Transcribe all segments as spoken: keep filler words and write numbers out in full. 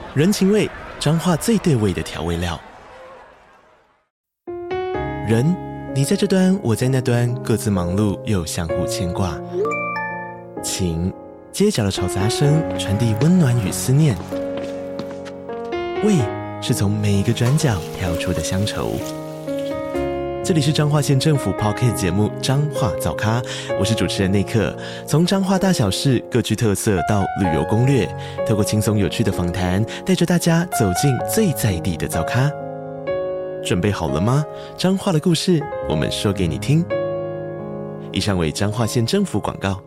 人情味，彰化最对味的调味料。人，你在这端，我在那端，各自忙碌又相互牵挂。情，街角的吵杂声传递温暖与思念。味，是从每一个转角跳出的乡愁。这里是彰化县政府 Podcast 节目《彰化早咖》，我是主持人内克。从彰化大小事各具特色到旅游攻略，透过轻松有趣的访谈，带着大家走进最在地的早咖。准备好了吗？彰化的故事，我们说给你听。以上为彰化县政府广告。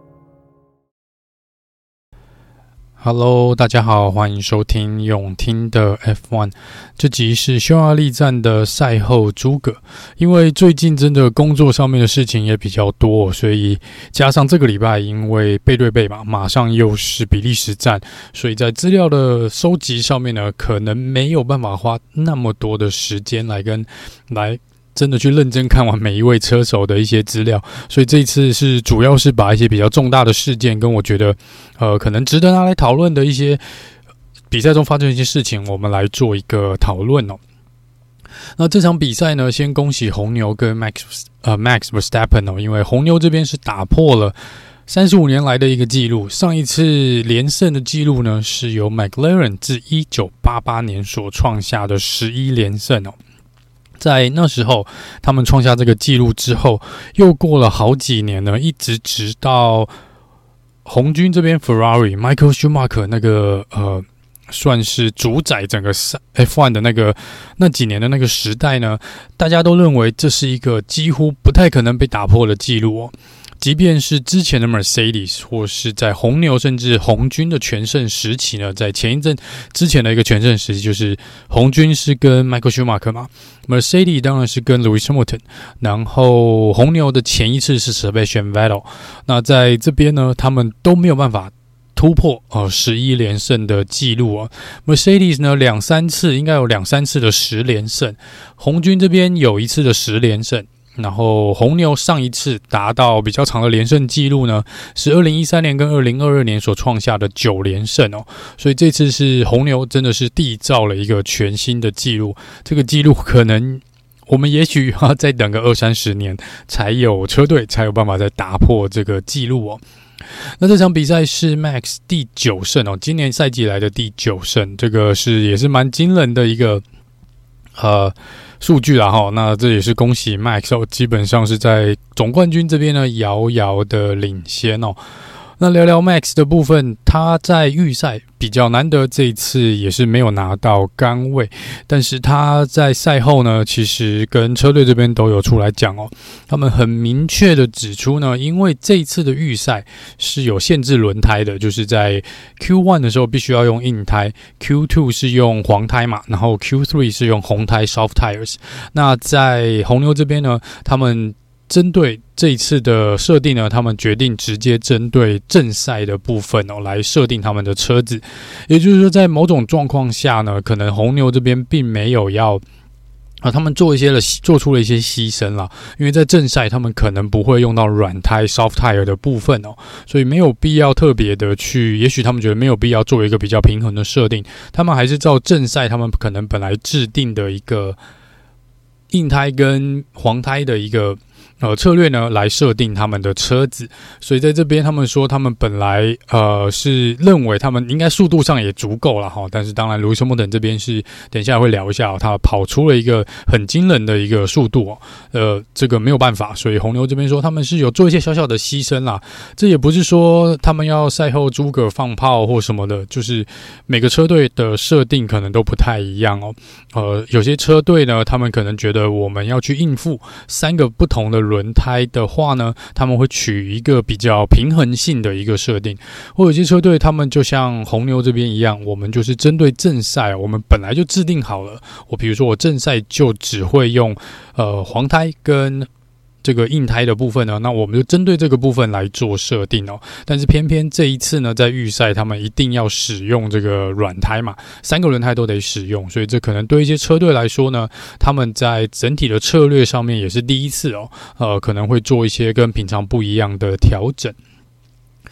Hello， 大家好，欢迎收听永听的 F 一。这集是匈牙利站的赛后诸葛。因为最近真的工作上面的事情也比较多，所以加上这个礼拜因为背对背嘛，马上又是比利时站，所以在资料的收集上面呢，可能没有办法花那么多的时间来跟来。真的去认真看完每一位车手的一些资料，所以这一次是主要是把一些比较重大的事件跟我觉得呃可能值得拿来讨论的一些比赛中发生的一些事情，我们来做一个讨论哦。那这场比赛呢，先恭喜红牛跟 Max 呃 Max Verstappen 哦，因为红牛这边是打破了三十五年来的一个记录，上一次连胜的记录呢是由 McLaren 自一九八八年所创下的十一连胜哦。在那时候他们创下这个纪录之后，又过了好几年呢，一直直到红军这边 Ferrari Michael Schumacher 那个呃算是主宰整个 F 一 的那个那几年的那个时代呢，大家都认为这是一个几乎不太可能被打破的纪录哦。即便是之前的 Mercedes 或是在红牛甚至红军的全盛时期呢，在前一阵之前的一个全盛时期，就是红军是跟 Michael Schumacher 嘛， Mercedes 当然是跟 Lewis Hamilton， 然后红牛的前一次是 Sebastian Vettel。 那在这边呢，他们都没有办法突破呃十一连胜的记录啊。Mercedes 呢两三次应该有两三次的十连胜，红军这边有一次的十连胜。然后红牛上一次达到比较长的连胜记录呢，是二零一三年跟二零二二年所创下的九连胜哦。所以这次是红牛真的是缔造了一个全新的记录，这个记录可能我们也许要再等个二三十年，才有车队才有办法再打破这个记录哦。那这场比赛是 Max 第九胜哦，今年赛季来的第九胜，这个是也是蛮惊人的一个呃数据啦齁。那这也是恭喜 Max 哦，基本上是在总冠军这边呢遥遥的领先哦。那聊聊 Max 的部分，他在预赛比较难得，这一次也是没有拿到杆位，但是他在赛后呢，其实跟车队这边都有出来讲哦，他们很明确的指出呢，因为这一次的预赛是有限制轮胎的，就是在 Q 一 的时候必须要用硬胎， Q 二 是用黄胎嘛，然后 Q 三 是用红胎 soft tires。 那在红牛这边呢，他们针对这一次的设定呢，他们决定直接针对正赛的部分哦来设定他们的车子。也就是说，在某种状况下呢，可能红牛这边并没有要啊，他们做一些了做出了一些牺牲啦，因为在正赛他们可能不会用到软胎 soft tire 的部分哦，所以没有必要特别的去，也许他们觉得没有必要做一个比较平衡的设定，他们还是照正赛他们可能本来制定的一个硬胎跟黄胎的一个呃策略呢来设定他们的车子。所以在这边他们说他们本来呃是认为他们应该速度上也足够了齁，但是当然Lewis Hamilton这边是等一下会聊一下、哦、他跑出了一个很惊人的一个速度哦，呃这个没有办法，所以红牛这边说他们是有做一些小小的牺牲啦。这也不是说他们要赛后诸葛放炮或什么的，就是每个车队的设定可能都不太一样哦。呃有些车队呢，他们可能觉得我们要去应付三个不同的轮胎的话呢，他们会取一个比较平衡性的一个设定。或者有些车队他们就像红牛这边一样，我们就是针对正赛，我们本来就制定好了，我比如说我正赛就只会用呃黄胎跟这个硬胎的部分呢，那我们就针对这个部分来做设定哦。但是偏偏这一次呢，在预赛他们一定要使用这个软胎嘛，三个轮胎都得使用，所以这可能对一些车队来说呢，他们在整体的策略上面也是第一次哦，呃，可能会做一些跟平常不一样的调整。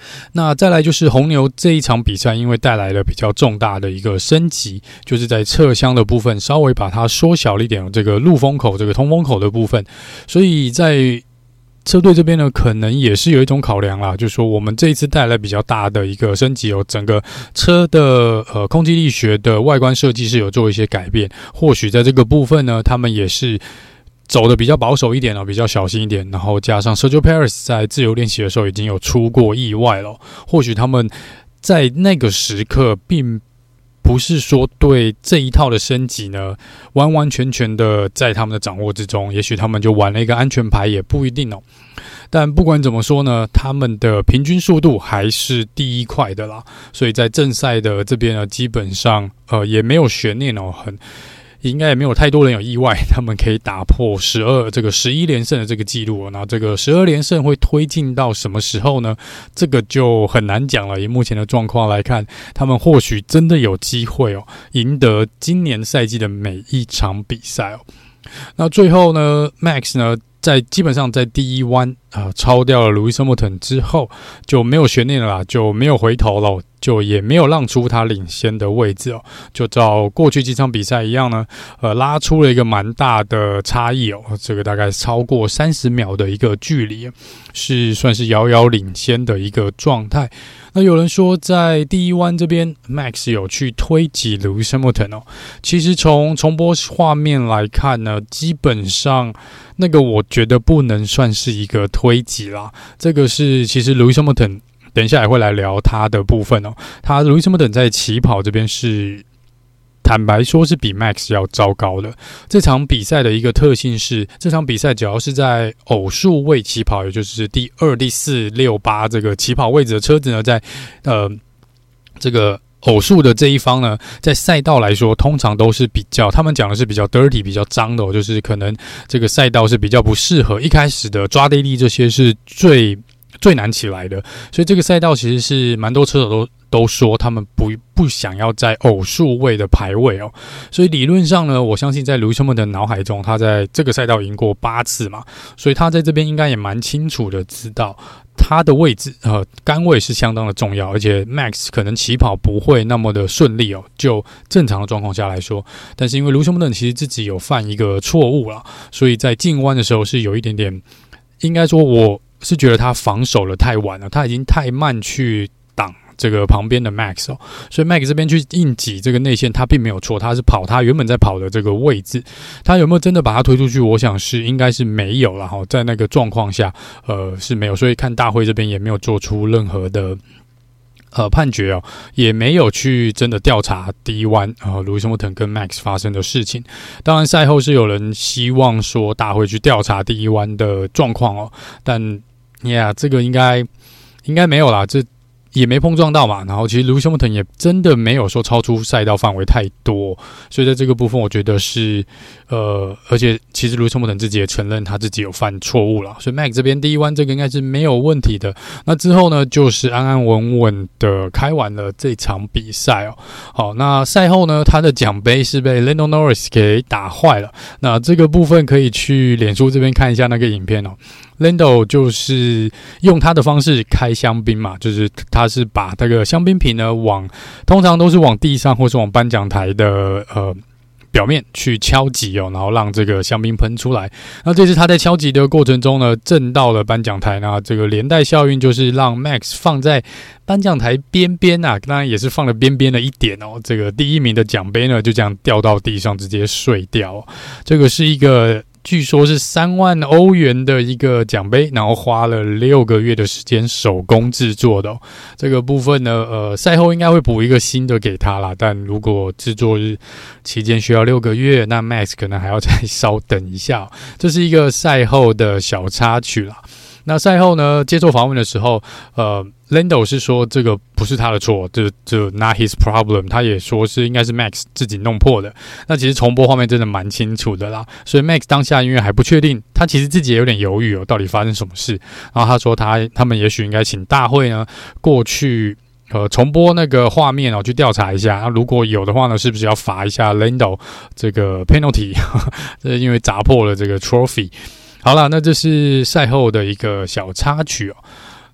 那再来就是红牛这一场比赛，因为带来了比较重大的一个升级，就是在侧箱的部分稍微把它缩小了一点，这个路风口、这个通风口的部分，所以在车队这边呢，可能也是有一种考量啦，就是说我们这一次带来比较大的一个升级哦，整个车的呃空气力学的外观设计是有做一些改变，或许在这个部分呢，他们也是走的比较保守一点哦，比较小心一点，然后加上 Sergio Perez 在自由练习的时候已经有出过意外了，或许他们在那个时刻并不是说对这一套的升级呢完完全全的在他们的掌握之中，也许他们就玩了一个安全牌也不一定哦。但不管怎么说呢，他们的平均速度还是第一快的啦，所以在正赛的这边呢，基本上呃也没有悬念哦，很应该也没有太多人有意外，他们可以打破十二这个十一连胜的这个记录哦。那这个十二连胜会推进到什么时候呢？这个就很难讲了。以目前的状况来看，他们或许真的有机会哦，赢得今年赛季的每一场比赛哦。那最后呢 ，Max 呢，在基本上在第一弯啊、呃、超掉了 Lewis Hamilton 之后，就没有悬念了啦，就没有回头了。就也没有让出他领先的位置哦，就照过去几场比赛一样呢，呃，拉出了一个蛮大的差异哦，这个大概超过三十秒的一个距离，是算是遥遥领先的一个状态。那有人说在第一弯这边 Max 有去推挤 Lewis Hamilton 哦，其实从重播画面来看呢，基本上那个我觉得不能算是一个推挤啦，这个是其实 Lewis Hamilton。等一下也会来聊他的部分哦。他 Lewis Hamilton 在起跑这边是坦白说是比 Max 要糟糕的。这场比赛的一个特性是，这场比赛只要是在偶数位起跑，也就是第二、第四、六、八这个起跑位置的车子呢，在呃这个偶数的这一方呢，在赛道来说，通常都是比较，他们讲的是比较 dirty、比较脏的哦，就是可能这个赛道是比较不适合，一开始的抓地力这些是最。最难起来的，所以这个赛道其实是蛮多车手都都说他们不不想要在偶数位的排位哦，所以理论上呢，我相信在 Lewis Hamilton 的脑海中，他在这个赛道赢过八次嘛，所以他在这边应该也蛮清楚的知道他的位置，呃，杆位是相当的重要，而且 Max 可能起跑不会那么的顺利哦，就正常的状况下来说，但是因为 Lewis Hamilton 其实自己有犯一个错误啦，所以在进弯的时候是有一点点，应该说我。是觉得他防守了太晚了，他已经太慢去挡这个旁边的 Max 哦，所以 Max 这边去硬挤这个内线，他并没有错，他是跑他原本在跑的这个位置，他有没有真的把他推出去？我想是应该是没有啦齁，在那个状况下，呃是没有，所以看大会这边也没有做出任何的。呃，判决哦，也没有去真的调查第一弯呃，Lewis Hamilton跟 Max 发生的事情。当然，赛后是有人希望说大会去调查第一弯的状况哦，但 ，Yeah， 这个应该应该没有啦，这也没碰撞到嘛。然后，其实 Lewis Hamilton 也真的没有说超出赛道范围太多，所以在这个部分，我觉得是呃，而且其实 Lewis Hamilton 自己也承认他自己有犯错误了，所以 Max 这边第一弯这个应该是没有问题的。那之后呢，就是安安稳稳的开完了这场比赛哦。好，那赛后呢，他的奖杯是被 Lando Norris 给打坏了。那这个部分可以去脸书这边看一下那个影片哦。Lando 就是用他的方式开香槟嘛，就是他是把这个香槟瓶呢往，通常都是往地上或是往颁奖台的呃表面去敲击哦，然后让这个香槟喷出来。那这次他在敲击的过程中呢，震到了颁奖台，那这个连带效应就是让 Max 放在颁奖台边边啊，当然也是放了边边的一点哦。这个第一名的奖杯呢，就这样掉到地上，直接碎掉哦。这个是一个。据说是三万欧元的一个奖杯，然后花了六个月的时间手工制作的哦。这个部分呢，呃，赛后应该会补一个新的给他啦。但如果制作日期间需要六个月，那 Max 可能还要再稍等一下哦。这是一个赛后的小插曲啦。那赛后呢，接受访问的时候，呃 ，Lando 是说这个不是他的错，这这 not his problem。他也说是应该是 Max 自己弄破的。那其实重播画面真的蛮清楚的啦，所以 Max 当下因为还不确定，他其实自己也有点犹豫哦，到底发生什么事。然后他说他他们也许应该请大会呢过去。呃，重播那个画面哦，去调查一下。那如果有的话呢，是不是要罚一下 Lando 这个 penalty？ 这因为砸破了这个 trophy。好啦，那这是赛后的一个小插曲哦。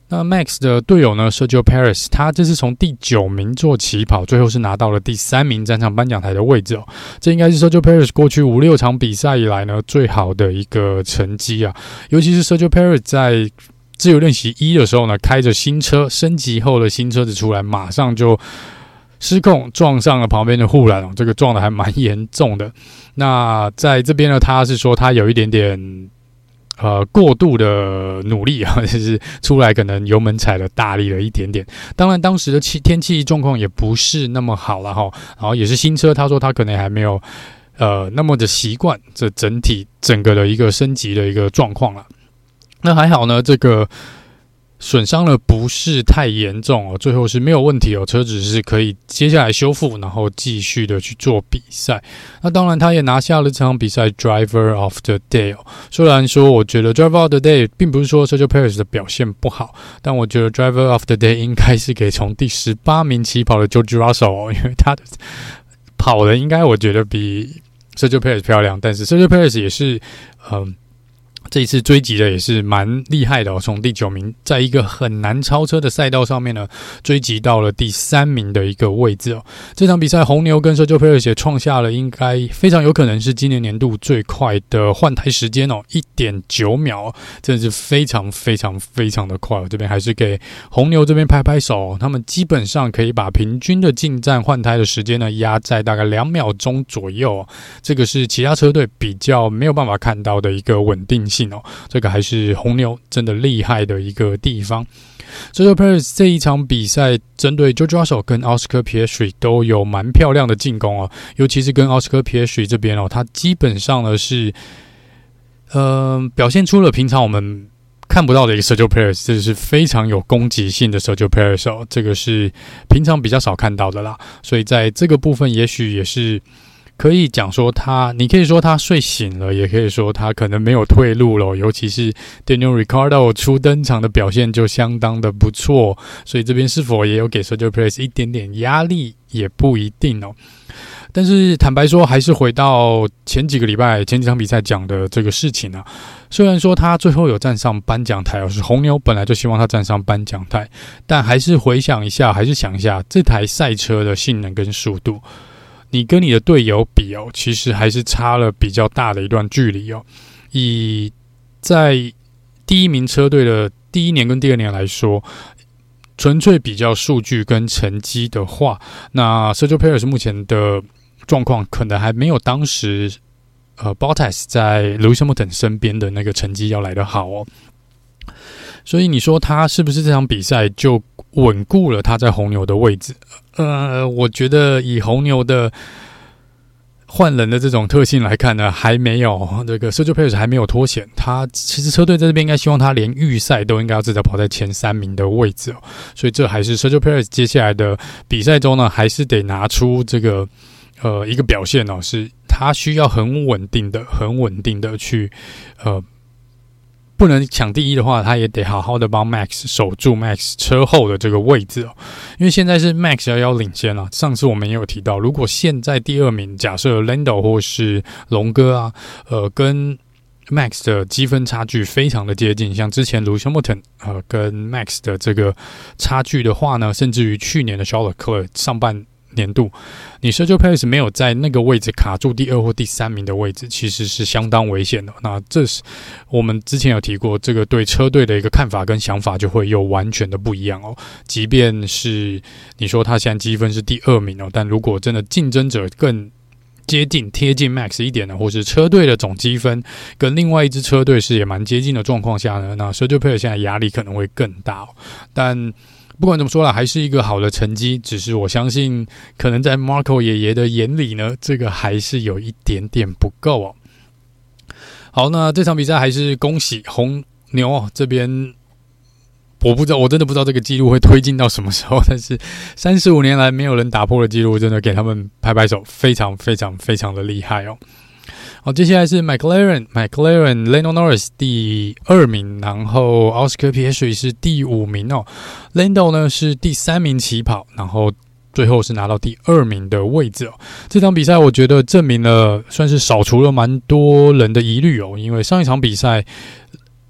那 Max 的队友呢 Sergio Perez， 他这次从第九名做起跑，最后是拿到了第三名，站上颁奖台的位置哦。这应该是 Sergio Perez 过去五六场比赛以来呢最好的一个成绩啊。尤其是 Sergio Perez 在自由练习一的时候呢，开着新车升级后的新车子出来，马上就失控撞上了旁边的护栏哦，这个撞得还蛮严重的。那在这边呢，他是说他有一点点。呃，过度的努力啊，就是出来可能油门踩了大力了一点点。当然，当时的气天气状况也不是那么好了哈，然后也是新车，他说他可能还没有呃那么的习惯这整体整个的一个升级的一个状况了。那还好呢，这个损伤了不是太严重哦，最后是没有问题哦，车子是可以接下来修复，然后继续的去做比赛。那当然，他也拿下了这场比赛 Driver of the Day 哦。虽然说，我觉得 Driver of the Day 并不是说 Sergio Perez 的表现不好，但我觉得 Driver of the Day 应该是给从第十八名起跑的 George Russell 哦，因为他的跑的应该我觉得比 Sergio Perez 漂亮，但是 Sergio Perez 也是嗯。呃这一次追击的也是蛮厉害的哦，从第九名在一个很难超车的赛道上面呢，追击到了第三名的一个位置哦。这场比赛红牛跟 Sergio Perez 也创下了应该非常有可能是今年年度最快的换胎时间哦 ，一点九秒，真的是非常非常非常的快哦。这边还是给红牛这边拍拍手哦，他们基本上可以把平均的进站换胎的时间呢压在大概两秒钟左右哦，这个是其他车队比较没有办法看到的一个稳定性。这个还是红牛真的厉害的一个地方。Sergio Perez 这一场比赛针对 George Russell 跟 Oscar Piastri 都有蛮漂亮的进攻哦，尤其是跟 Oscar Piastri 这边哦，他基本上呢是呃表现出了平常我们看不到的一个 Sergio Perez， 这是非常有攻击性的 Sergio Perez 哦，这个是平常比较少看到的啦，所以在这个部分也许也是可以讲说他，你可以说他睡醒了，也可以说他可能没有退路了。尤其是 Daniel Ricciardo 初登场的表现就相当的不错，所以这边是否也有给 Sergio Perez 一点点压力也不一定哦。但是坦白说，还是回到前几个礼拜、前几场比赛讲的这个事情啊。虽然说他最后有站上颁奖台哦，是红牛本来就希望他站上颁奖台，但还是回想一下，还是想一下这台赛车的性能跟速度。你跟你的队友比哦，其实还是差了比较大的一段距离哦。以在第一名车队的第一年跟第二年来说，纯粹比较数据跟成绩的话，那 Sergio Perez 目前的状况可能还没有当时呃 Bottas 在 Lewis Hamilton 身边的那个成绩要来得好哦。所以你说他是不是这场比赛就稳固了他在红牛的位置？呃，我觉得以红牛的换人的这种特性来看呢，还没有这个 Sergio Perez 还没有脱险。他其实车队在这边应该希望他连预赛都应该要至少跑在前三名的位置哦。所以这还是 Sergio Perez 接下来的比赛中呢，还是得拿出这个呃一个表现哦，是他需要很稳定的、很稳定的去呃。不能抢第一的话，他也得好好的帮 Max 守住 Max 车后的这个位置哦。因为现在是 Max 遥遥领先了。上次我们也有提到，如果现在第二名假设 Lando 或是龙哥啊，呃，跟 Max 的积分差距非常的接近，像之前 Lewis Hamilton 呃跟 Max 的这个差距的话呢，甚至于去年的 Charles Leclerc 上半年度，你 Sergio Perez 没有在那个位置卡住第二或第三名的位置，其实是相当危险的。那这是我们之前有提过，这个对车队的一个看法跟想法就会有完全的不一样哦。即便是你说他现在积分是第二名哦，但如果真的竞争者更接近贴近 Max 一点的，或是车队的总积分跟另外一支车队是也蛮接近的状况下呢，那 Sergio Perez 现在压力可能会更大哦。但不管怎么说啦，还是一个好的成绩，只是我相信可能在 Marco 爷爷的眼里呢，这个还是有一点点不够哦。好，那这场比赛还是恭喜红牛哦，这边我不知道，我真的不知道这个记录会推进到什么时候，但是三十五年来没有人打破的记录，真的给他们拍拍手，非常非常非常的厉害哦。好，接下来是 McLaren McLaren Lando Norris 第二名，然后 Oscar Piastri 是第五名哦。Lando 呢是第三名起跑，然后最后是拿到第二名的位置哦。这场比赛我觉得证明了，算是扫除了蛮多人的疑虑哦，因为上一场比赛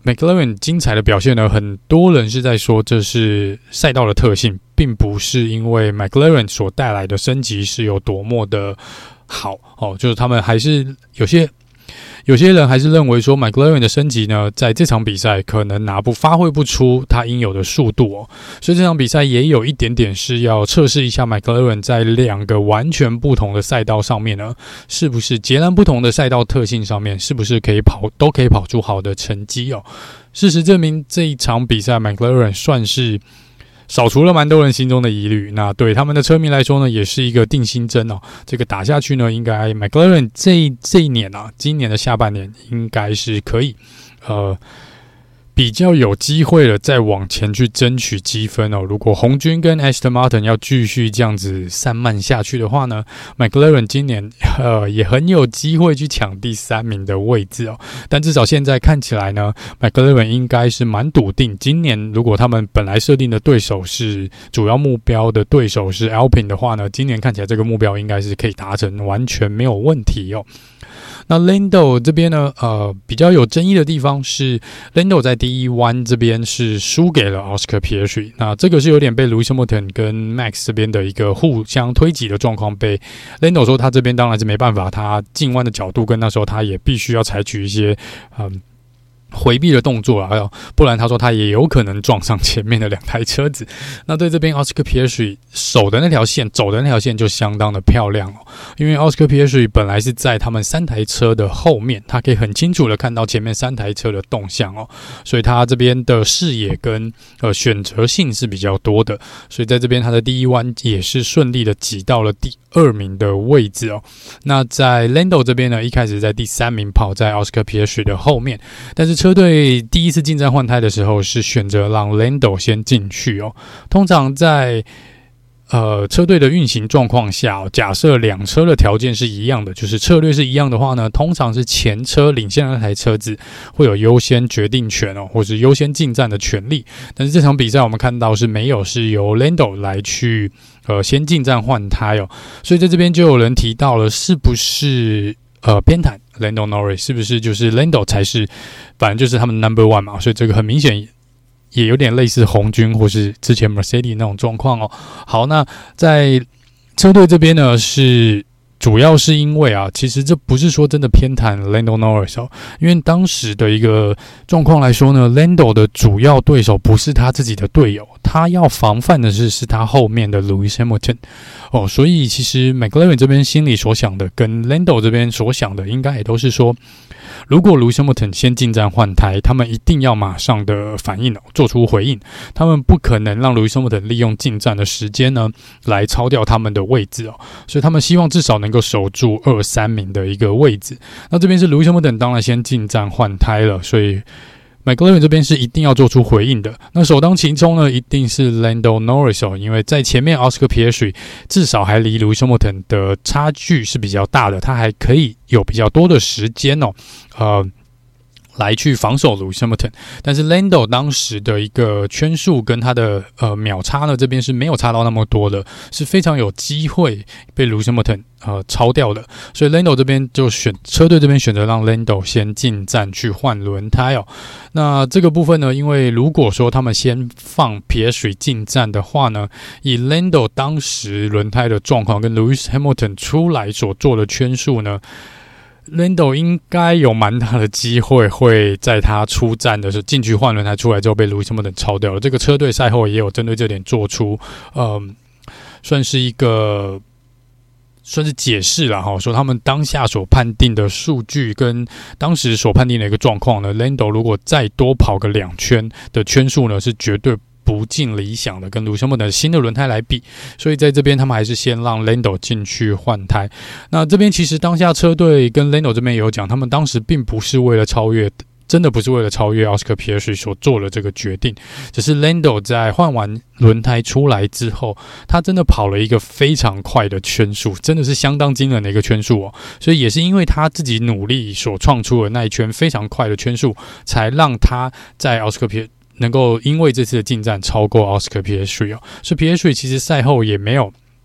McLaren 精彩的表现呢，很多人是在说这是赛道的特性，并不是因为 McLaren 所带来的升级是有多么的好哦，就是他们还是有些有些人还是认为说 McLaren 的升级呢，在这场比赛可能拿不发挥不出它应有的速度哦，所以这场比赛也有一点点是要测试一下 McLaren 在两个完全不同的赛道上面呢，是不是截然不同的赛道特性上面，是不是可以跑都可以跑出好的成绩哦。事实证明，这一场比赛 McLaren 算是扫除了蛮多人心中的疑虑，那对他们的车迷来说呢，也是一个定心针哦。这个打下去呢，应该 McLaren 这这一年啊，今年的下半年应该是可以，呃，比较有机会了，再往前去争取积分哦。如果红军跟 Aston Martin 要继续这样子散漫下去的话呢 ，McLaren 今年呃也很有机会去抢第三名的位置哦。但至少现在看起来呢 ，McLaren 应该是蛮笃定，今年如果他们本来设定的对手是主要目标的对手是 Alpine 的话呢，今年看起来这个目标应该是可以达成，完全没有问题哦。那 Lando 这边呢，呃，比较有争议的地方是 Lando 在第一弯这边是输给了 Oscar Piastri， 那这个是有点被 Lewis Hamilton 跟 Max 这边的一个互相推挤的状况，被 Lando 说他这边当然是没办法，他进弯的角度跟那时候他也必须要采取一些嗯。回避的动作啊，不然他说他也有可能撞上前面的两台车子。那对这边 Oscar Piastri 守的那条线，走的那条线就相当的漂亮哦。因为 Oscar Piastri 本来是在他们三台车的后面，他可以很清楚的看到前面三台车的动向哦，所以他这边的视野跟呃选择性是比较多的，所以在这边他的第一弯也是顺利的挤到了第二名的位置哦。那在 Lando 这边呢，一开始在第三名跑在 Oscar Piastri 的后面，但是车队第一次进站换胎的时候是选择让 Lando 先进去哦。通常在呃车队的运行状况下、哦，假设两车的条件是一样的，就是策略是一样的话呢，通常是前车领先的那台车子会有优先决定权哦，或是优先进站的权利。但是这场比赛我们看到是没有，是由 Lando 来去呃先进站换胎哦。所以在这边就有人提到了，是不是呃偏袒 Lando Norris， 是不是就是 Lando 才是反正就是他们 number one 嘛，所以这个很明显也有点类似红军或是之前 Mercedes 那种状况哦。好，那在车队这边呢，是主要是因为啊，其实这不是说真的偏袒 Lando Norris 哦，因为当时的一个状况来说呢 ，Lando 的主要对手不是他自己的队友，他要防范的是是他后面的 Lewis Hamilton 哦，所以其实 McLaren 这边心里所想的跟 Lando 这边所想的，应该也都是说，如果 Lewis Hamilton 先进站换胎，他们一定要马上的反应哦，做出回应，他们不可能让 Lewis Hamilton 利用进站的时间呢来超掉他们的位置哦，所以他们希望至少能够守住二三名的一个位置。那这边是 Lewis Hamilton 当然先进站换胎了，所以McLaren 这边是一定要做出回应的。那首当其冲呢，一定是 Lando Norris 哦，因为在前面 Oscar Piastri 至少还离 Lewis Hamilton 的差距是比较大的，他还可以有比较多的时间哦，呃。来去防守 Lewis Hamilton， 但是 Lando 当时的一个圈数跟他的呃秒差呢，这边是没有差到那么多的，是非常有机会被 Lewis Hamilton 呃超掉的，所以 Lando 这边就选车队这边选择让 Lando 先进站去换轮胎哦。那这个部分呢，因为如果说他们先放 Piastri 进站的话呢，以 Lando 当时轮胎的状况跟 Lewis Hamilton 出来所做的圈数呢。Lando 应该有蛮大的机会会在他出站的时候进去换轮胎出来之后被 Lewis Hamilton 超掉了。这个车队赛后也有针对这点做出，嗯，算是一个算是解释啦哈，说他们当下所判定的数据跟当时所判定的一个状况呢 ，Lando 如果再多跑个两圈的圈数呢，是绝对不尽理想的，跟 Lewis Hamilton 的新的轮胎来比，所以在这边他们还是先让 Lando 进去换胎。那这边其实当下车队跟 Lando 这边也有讲，他们当时并不是为了超越，真的不是为了超越 Oscar Piastri 所做了这个决定，只是 Lando 在换完轮胎出来之后，他真的跑了一个非常快的圈数，真的是相当惊人的一个圈数哦。所以也是因为他自己努力所创出的那一圈非常快的圈数，才让他在 Oscar Piastri能够因为这次的进站超过 Oscar Piastri 哦，所以 Piastri 其实赛后也没有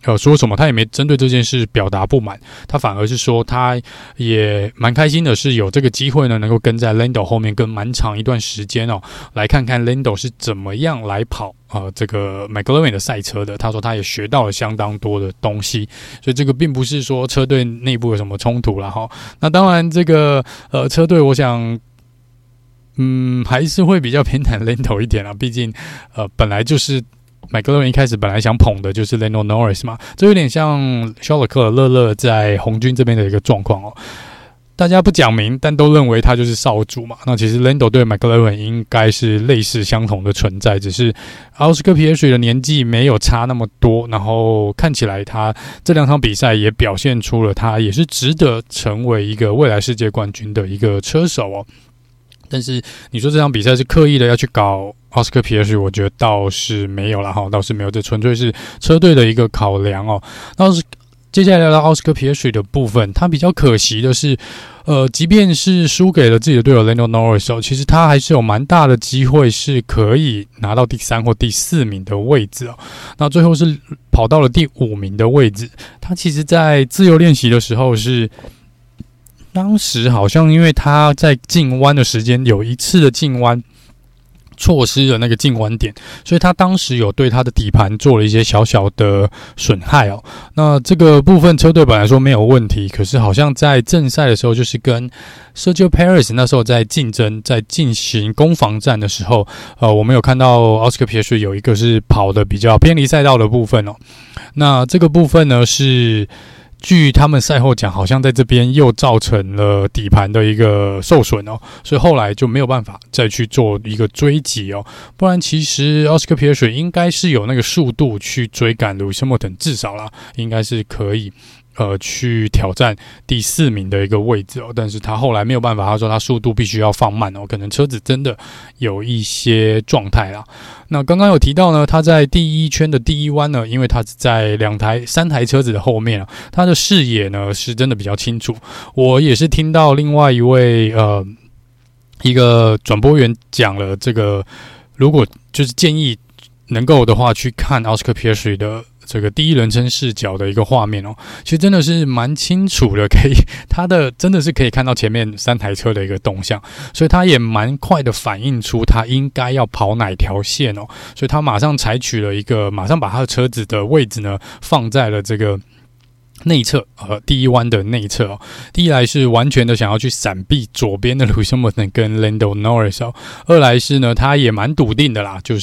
呃，说什么，他也没针对这件事表达不满，他反而是说他也蛮开心的是有这个机会呢，能够跟在 Lando 后面跟蛮长一段时间哦，来看看 Lando 是怎么样来跑呃这个 McLaren 的赛车的。他说他也学到了相当多的东西，所以这个并不是说车队内部有什么冲突啦齁。那当然这个呃车队我想嗯还是会比较偏袒 Lando 一点啦，毕竟呃本来就是McLaren 一开始本来想捧的就是 Lando Norris 嘛，这有点像肖勒克勒勒在红军这边的一个状况哦。大家不讲明，但都认为他就是少主嘛。那其实 Lando 对 McLaren 应该是类似相同的存在，只是奥斯科皮耶水的年纪没有差那么多，然后看起来他这两场比赛也表现出了他也是值得成为一个未来世界冠军的一个车手哦。但是你说这场比赛是刻意的要去搞奥斯科皮耶水，我觉得倒是没有啦，倒是没有，这纯粹是车队的一个考量哦。那接下来聊到奥斯科皮耶水的部分，他比较可惜的是，呃，即便是输给了自己的队友 Lando Norris 哦，其实他还是有蛮大的机会是可以拿到第三或第四名的位置哦。那最后是跑到了第五名的位置，他其实在自由练习的时候是。当时好像因为他在进弯的时间有一次的进弯错失了那个进弯点，所以他当时有对他的底盘做了一些小小的损害哦。那这个部分车队本来说没有问题，可是好像在正赛的时候，就是跟 Sergio Perez 那时候在竞争，在进行攻防战的时候，呃，我们有看到奥斯科皮耶水有一个是跑的比较偏离赛道的部分哦。那这个部分呢是。据他们赛后讲，好像在这边又造成了底盘的一个受损哦，所以后来就没有办法再去做一个追击哦。不然其实奥斯科皮耶水应该是有那个速度去追赶卢西莫腾，至少啦，应该是可以。呃，去挑战第四名的一个位置哦，但是他后来没有办法，他说他速度必须要放慢哦，可能车子真的有一些状态啦。那刚刚有提到呢，他在第一圈的第一弯呢，因为他是在两台、三台车子的后面啊，他的视野呢是真的比较清楚。我也是听到另外一位呃一个转播员讲了这个，如果就是建议能够的话，去看奥斯科皮耶水的。这个第一人称视角的一个画面哦，其实真的是蛮清楚的，可以他的真的是可以看到前面三台车的一个动向，所以他也蛮快的反映出他应该要跑哪条线哦，所以他马上采取了一个，马上把他的车子的位置呢放在了这个内侧，呃，第一弯的内侧哦。第一来是完全的想要去闪避左边的 Lewis Hamilton 跟 Lando Norris 哦，二来是呢他也蛮笃定的啦，就是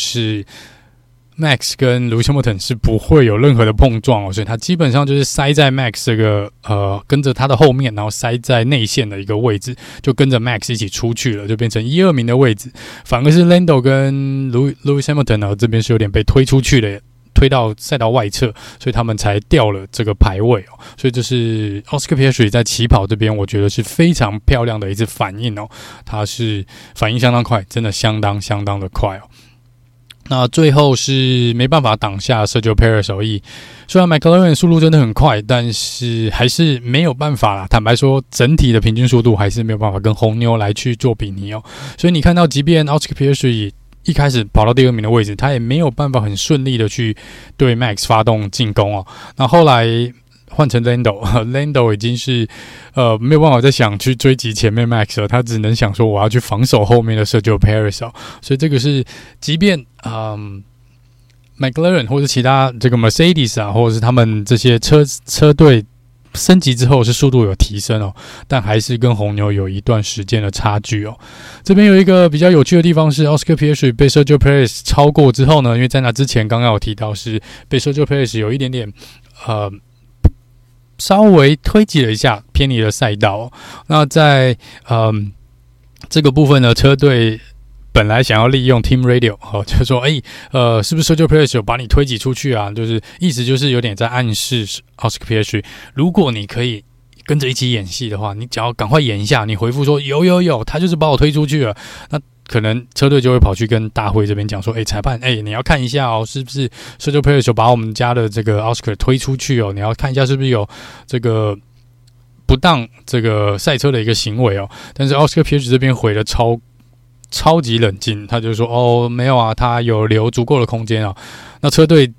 。Max 跟 Lewis Hamilton 是不会有任何的碰撞哦，所以他基本上就是塞在 Max 这个呃跟着他的后面，然后塞在内线的一个位置，就跟着 Max 一起出去了，就变成一二名的位置。反而是 Lando 跟 Lewis Hamilton 呢这边是有点被推出去的，推到赛道外侧，所以他们才掉了这个排位哦。所以这是奥斯科皮耶水在起跑这边，我觉得是非常漂亮的一次反应哦，他是反应相当快，真的相当相当的快哦。那最后是没办法挡下 Sergio Perez 手艺，虽然 McLaren 速度真的很快，但是还是没有办法啦。坦白说，整体的平均速度还是没有办法跟红牛来去做比拟哦。所以你看到，即便奥斯科皮耶水一开始跑到第二名的位置，他也没有办法很顺利的去对 Max 发动进攻哦。那后来换成 Lando，Lando 已经是呃没有办法再想去追击前面 Max 了，他只能想说我要去防守后面的 Sergio Perez 哦。所以这个是，即便嗯 McLaren 或者其他这个 Mercedes 啊，或者是他们这些车车队升级之后是速度有提升哦，但还是跟红牛有一段时间的差距哦。这边有一个比较有趣的地方是，奥斯科皮耶水被 Sergio Perez 超过之后呢，因为在那之前刚刚有提到是被 Sergio Perez 有一点点呃。稍微推挤了一下，偏离了赛道哦。那在嗯这个部分呢，车队本来想要利用 Team Radio 哦，就说哎呃，是不是 Sergio Perez 有把你推挤出去啊？就是意思就是有点在暗示奥斯科皮耶水，如果你可以跟着一起演戏的话，你只要赶快演一下，你回复说有有有，他就是把我推出去了，那。可能车队就会跑去跟大会这边讲说，哎，裁判，哎，你要看一下哦，是不是 Sergio Perez 有把我们家的这个 Oscar 推出去哦？你要看一下是不是有这个不当这个赛车的一个行为哦。但是 Oscar Perez 这边回的超超级冷静，他就说，哦，没有啊，他有留足够的空间啊。那车队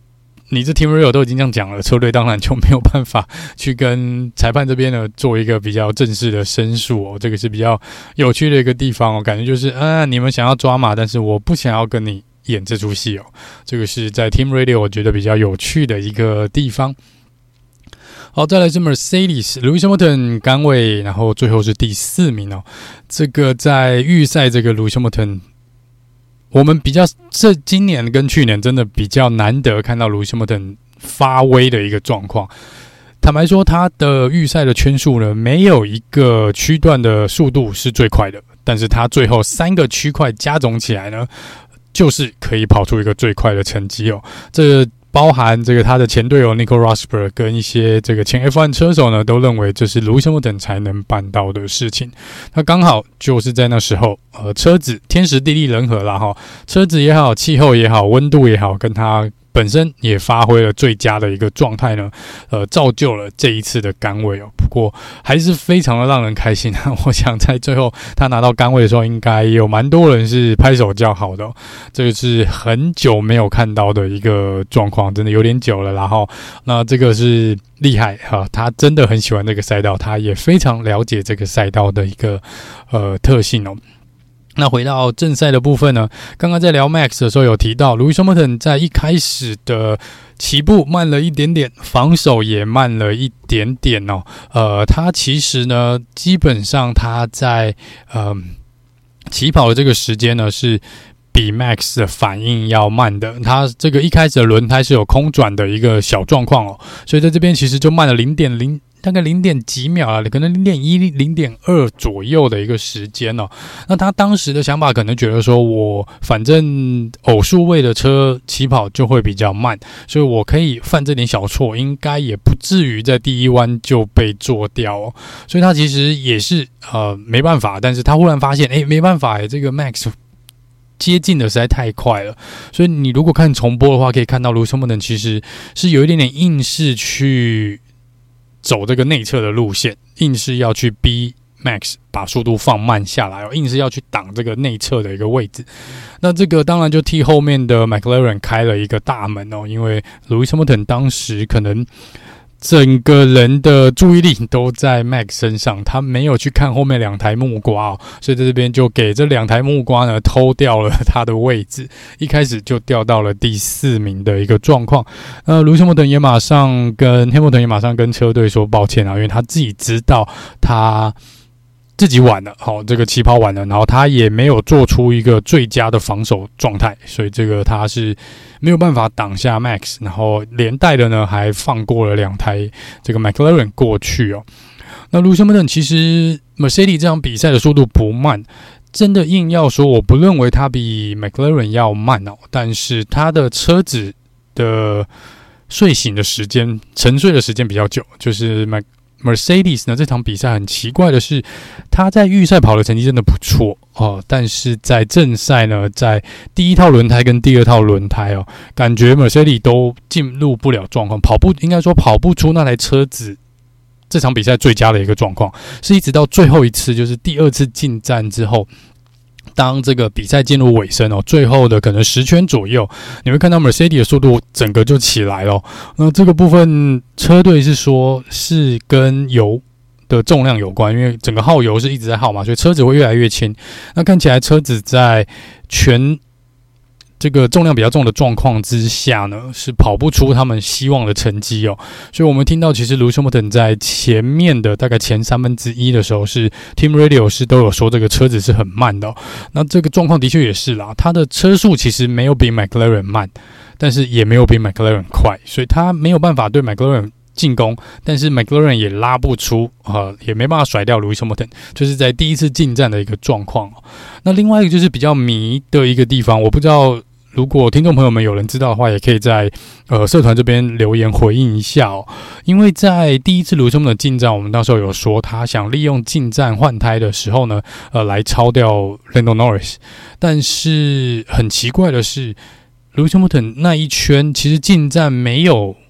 你这 Team Radio 都已经这样讲了，车队当然就没有办法去跟裁判这边呢做一个比较正式的申诉哦，这个是比较有趣的一个地方哦，感觉就是啊，你们想要抓嘛，但是我不想要跟你演这出戏哦，这个是在 Team Radio 我觉得比较有趣的一个地方。好，再来是 Mercedes Lewis Hamilton 杆位，然后最后是第四名哦。这个在预赛这个 Lewis Hamilton。我们比较这今年跟去年真的比较难得看到Lewis Hamilton发威的一个状况。坦白说，他的预赛的圈数呢，没有一个区段的速度是最快的，但是他最后三个区块加总起来呢，就是可以跑出一个最快的成绩哦。这个包含这个他的前队友 Nico Rosberg 跟一些这个前 F 一 车手呢，都认为这是 Lewis Hamilton 才能办到的事情。他刚好就是在那时候，呃，车子天时地利人和啦哈，车子也好，气候也好，温度也好，跟他本身也发挥了最佳的一个状态呢，呃，造就了这一次的杆位哦。不过还是非常的让人开心啊！我想在最后他拿到杆位的时候，应该有蛮多人是拍手叫好的哦。这个是很久没有看到的一个状况，真的有点久了。然后，那这个是厉害哈，他真的很喜欢这个赛道，他也非常了解这个赛道的一个呃特性哦。那回到正赛的部分呢，刚刚在聊 Max 的时候有提到 Lewis Hamilton 在一开始的起步慢了一点点，防守也慢了一点点哦。呃，他其实呢，基本上他在呃起跑的这个时间呢是比 Max 的反应要慢的，他这个一开始的轮胎是有空转的一个小状况哦，所以在这边其实就慢了 零点零。大概零点几秒啊，可能 零点一、零点二 左右的一个时间哦。那他当时的想法可能觉得说，我反正偶数位的车起跑就会比较慢，所以我可以犯这点小错，应该也不至于在第一弯就被做掉哦。所以他其实也是呃没办法，但是他忽然发现，哎，没办法，这个 Max 接近的实在太快了，所以你如果看重播的话，可以看到 Lewis Hamilton 其实是有一点点硬是去走这个内侧的路线，硬是要去逼 Max 把速度放慢下来哦，硬是要去挡这个内侧的一个位置。那这个当然就替后面的 McLaren 开了一个大门哦，因为 Lewis Hamilton 当时可能整个人的注意力都在 Max 身上，他没有去看后面两台木瓜哦，所以在这边就给这两台木瓜呢偷掉了他的位置，一开始就掉到了第四名的一个状况。呃，Lewis Hamilton也马上跟 Hamilton 也马上跟车队说抱歉啊，因为他自己知道他自己晚了，好，这个起跑晚了，然后他也没有做出一个最佳的防守状态，所以这个他是没有办法挡下 Max， 然后连带的呢还放过了两台这个 McLaren 过去哦。那 Lewis Hamilton 其实 Mercedes 这场比赛的速度不慢，真的硬要说，我不认为他比 McLaren 要慢哦，但是他的车子的睡醒的时间、沉睡的时间比较久，就是 Mac Mercedes 呢，这场比赛很奇怪的是，他在预赛跑的成绩真的不错哦，但是在正赛呢，在第一套轮胎跟第二套轮胎哦，感觉 Mercedes 都进入不了状况，跑不应该说跑不出那台车子这场比赛最佳的一个状况，是一直到最后一次，就是第二次进站之后。当这个比赛进入尾声哦，最后的可能十圈左右，你会看到 Mercedes 的速度整个就起来了。那这个部分车队是说是跟油的重量有关，因为整个耗油是一直在耗嘛，所以车子会越来越轻。那看起来车子在全这个重量比较重的状况之下呢，是跑不出他们希望的成绩哦。所以我们听到其实 Lewis Hamilton 在前面的大概前三分之一的时候，是 Team Radio 是都有说这个车子是很慢的哦。那这个状况的确也是啦，他的车速其实没有比 McLaren 慢，但是也没有比 McLaren 快，所以他没有办法对 McLaren 进攻，但是 McLaren 也拉不出，呃，也没办法甩掉 Lewis Hamilton， 就是在第一次进站的一个状况哦。那另外一个就是比较迷的一个地方，我不知道。如果听众朋友们有人知道的话，也可以在呃社团这边留言回应一下哦。因为在第一次Lewis Hamilton的进站，我们那时候有说他想利用进站换胎的时候呢，呃，来超掉 Lando Norris。但是很奇怪的是，Lewis Hamilton那一圈其实进站没有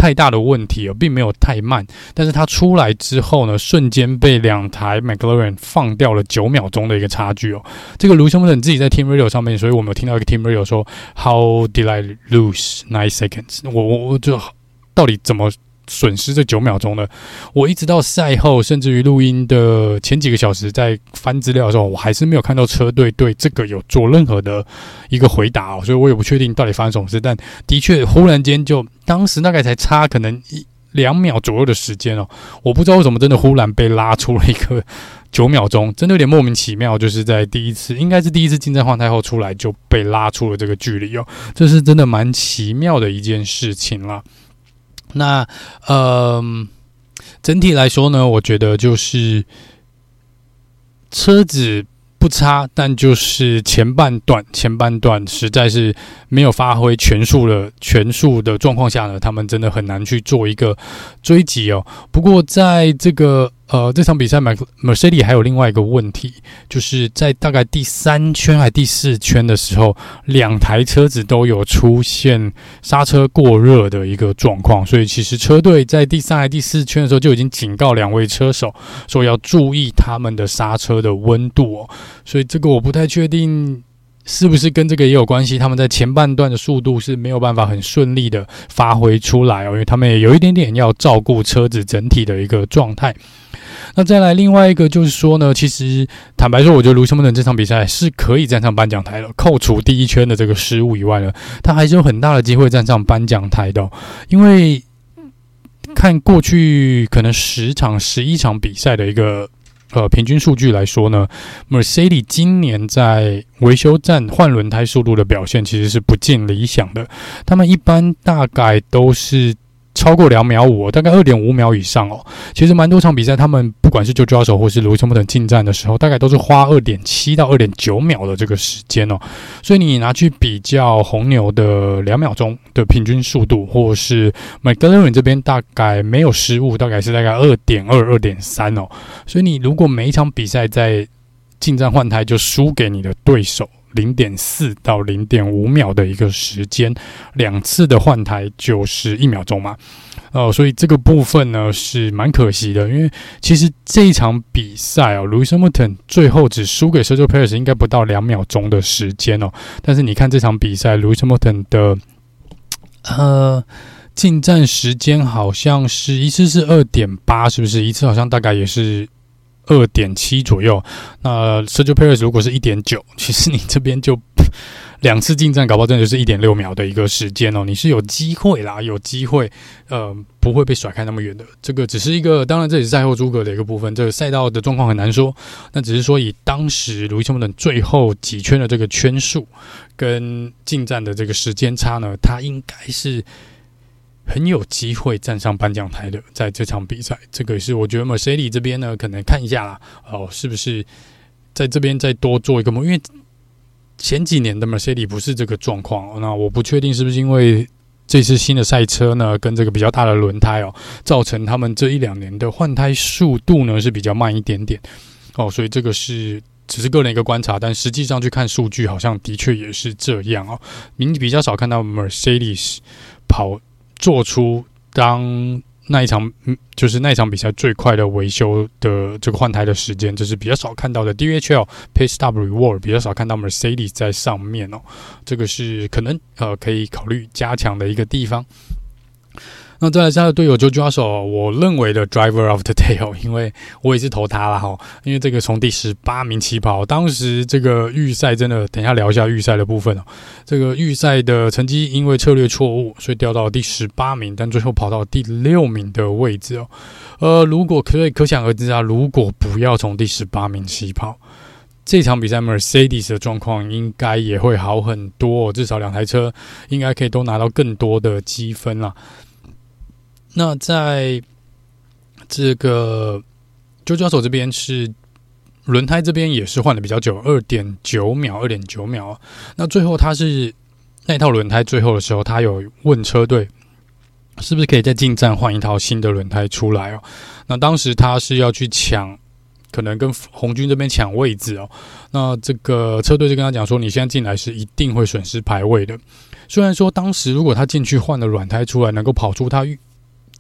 太大的问题哦，并没有太慢。但是他出来之后呢，瞬间被两台 McLaren 放掉了九秒钟的一个差距哦。这个 Lewis Hamilton 自己在 Team Radio 上面，所以我们有听到一个 Team Radio 说 How did I lose nine seconds？ 我我我就到底怎么损失这九秒钟呢？我一直到赛后，甚至于录音的前几个小时，在翻资料的时候，我还是没有看到车队对这个有做任何的一个回答哦，所以我也不确定到底发生什么事。但的确，忽然间就当时大概才差可能一两秒左右的时间哦，我不知道为什么真的忽然被拉出了一个九秒钟，真的有点莫名其妙。就是在第一次，应该是第一次进站换胎后出来就被拉出了这个距离哦，这是真的蛮奇妙的一件事情啦。那呃，整体来说呢，我觉得就是车子不差，但就是前半段前半段实在是没有发挥全速的全速的状况下呢，他们真的很难去做一个追击哦。不过在这个呃这场比赛 Mercedes 还有另外一个问题，就是在大概第三圈还第四圈的时候，两台车子都有出现刹车过热的一个状况，所以其实车队在第三还第四圈的时候就已经警告两位车手说要注意他们的刹车的温度哦。所以这个我不太确定是不是跟这个也有关系，他们在前半段的速度是没有办法很顺利的发挥出来哦，因为他们也有一点点要照顾车子整体的一个状态。那再来另外一个就是说呢，其实坦白说，我觉得Lewis Hamilton这场比赛是可以站上颁奖台的，扣除第一圈的这个失误以外呢，他还是有很大的机会站上颁奖台的哦，因为看过去可能十场、十一场比赛的一个。呃，平均数据来说呢 ，Mercedes 今年在维修站换轮胎速度的表现其实是不尽理想的。他们一般大概都是超过两秒五，大概 二点五秒以上哦。其实蛮多场比赛，他们不管是 George Russell 或是 Lewis Hamilton 进站的时候，大概都是花 二点七 到 二点九 秒的这个时间哦。所以你拿去比较红牛的两秒钟的平均速度，或是 McLaren 这边大概没有失误，大概是大概 二点二、二点三 哦。所以你如果每一场比赛在进站换胎就输给你的对手零点四 到 零点五 秒的一个时间，两次的换胎就是一秒钟嘛。哦，所以这个部分呢是蛮可惜的，因为其实这一场比赛哦 ，Lewis Hamilton 最后只输给 Sergio Perez 应该不到两秒钟的时间哦。但是你看这场比赛 ，Lewis Hamilton 的呃进站时间好像是一次是 二点八， 是不是？一次好像大概也是二点七 左右。那 Sergio Perez 如果是 一点九， 其实你这边就两次进站搞不好真的就是 一点六 秒的一个时间哦，你是有机会啦，有机会呃不会被甩开那么远的。这个只是一个，当然这也是赛后诸葛的一个部分，这个赛道的状况很难说。那只是说以当时Lewis Hamilton最后几圈的这个圈数跟进站的这个时间差呢，他应该是很有机会站上颁奖台的，在这场比赛。这个是我觉得 Mercedes 这边呢，可能看一下啦，哦，是不是在这边再多做一个梦，因为前几年的 Mercedes 不是这个状况，那我不确定是不是因为这次新的赛车呢，跟这个比较大的轮胎哦，造成他们这一两年的换胎速度呢是比较慢一点点哦，所以这个是只是个人一个观察，但实际上去看数据，好像的确也是这样哦。你比较少看到 Mercedes 跑做出当那一场就是那一场比赛最快的维修的这个换胎的时间，这是比较少看到的。D H L Pit Stop Reward 比较少看到 Mercedes 在上面哦，这个是可能呃可以考虑加强的一个地方。那再来是他的队友 George Russell， 我认为的 Driver of the Day， 因为我也是投他啦齁，因为这个从第十八名起跑，当时这个预赛真的，等一下聊一下预赛的部分哦。这个预赛的成绩因为策略错误，所以掉到第十八名，但最后跑到第六名的位置哦。呃，如果可以可想而知啊，如果不要从第十八名起跑，这场比赛 Mercedes 的状况应该也会好很多哦，至少两台车应该可以都拿到更多的积分啦。那在这个George Russell这边是轮胎这边也是换的比较久 二点九 秒 二点九 秒。那最后他是那一套轮胎最后的时候，他有问车队是不是可以在进站换一套新的轮胎出来哦。那当时他是要去抢，可能跟红军这边抢位置哦。那这个车队就跟他讲说，你现在进来是一定会损失排位的。虽然说当时如果他进去换了软胎出来，能够跑出他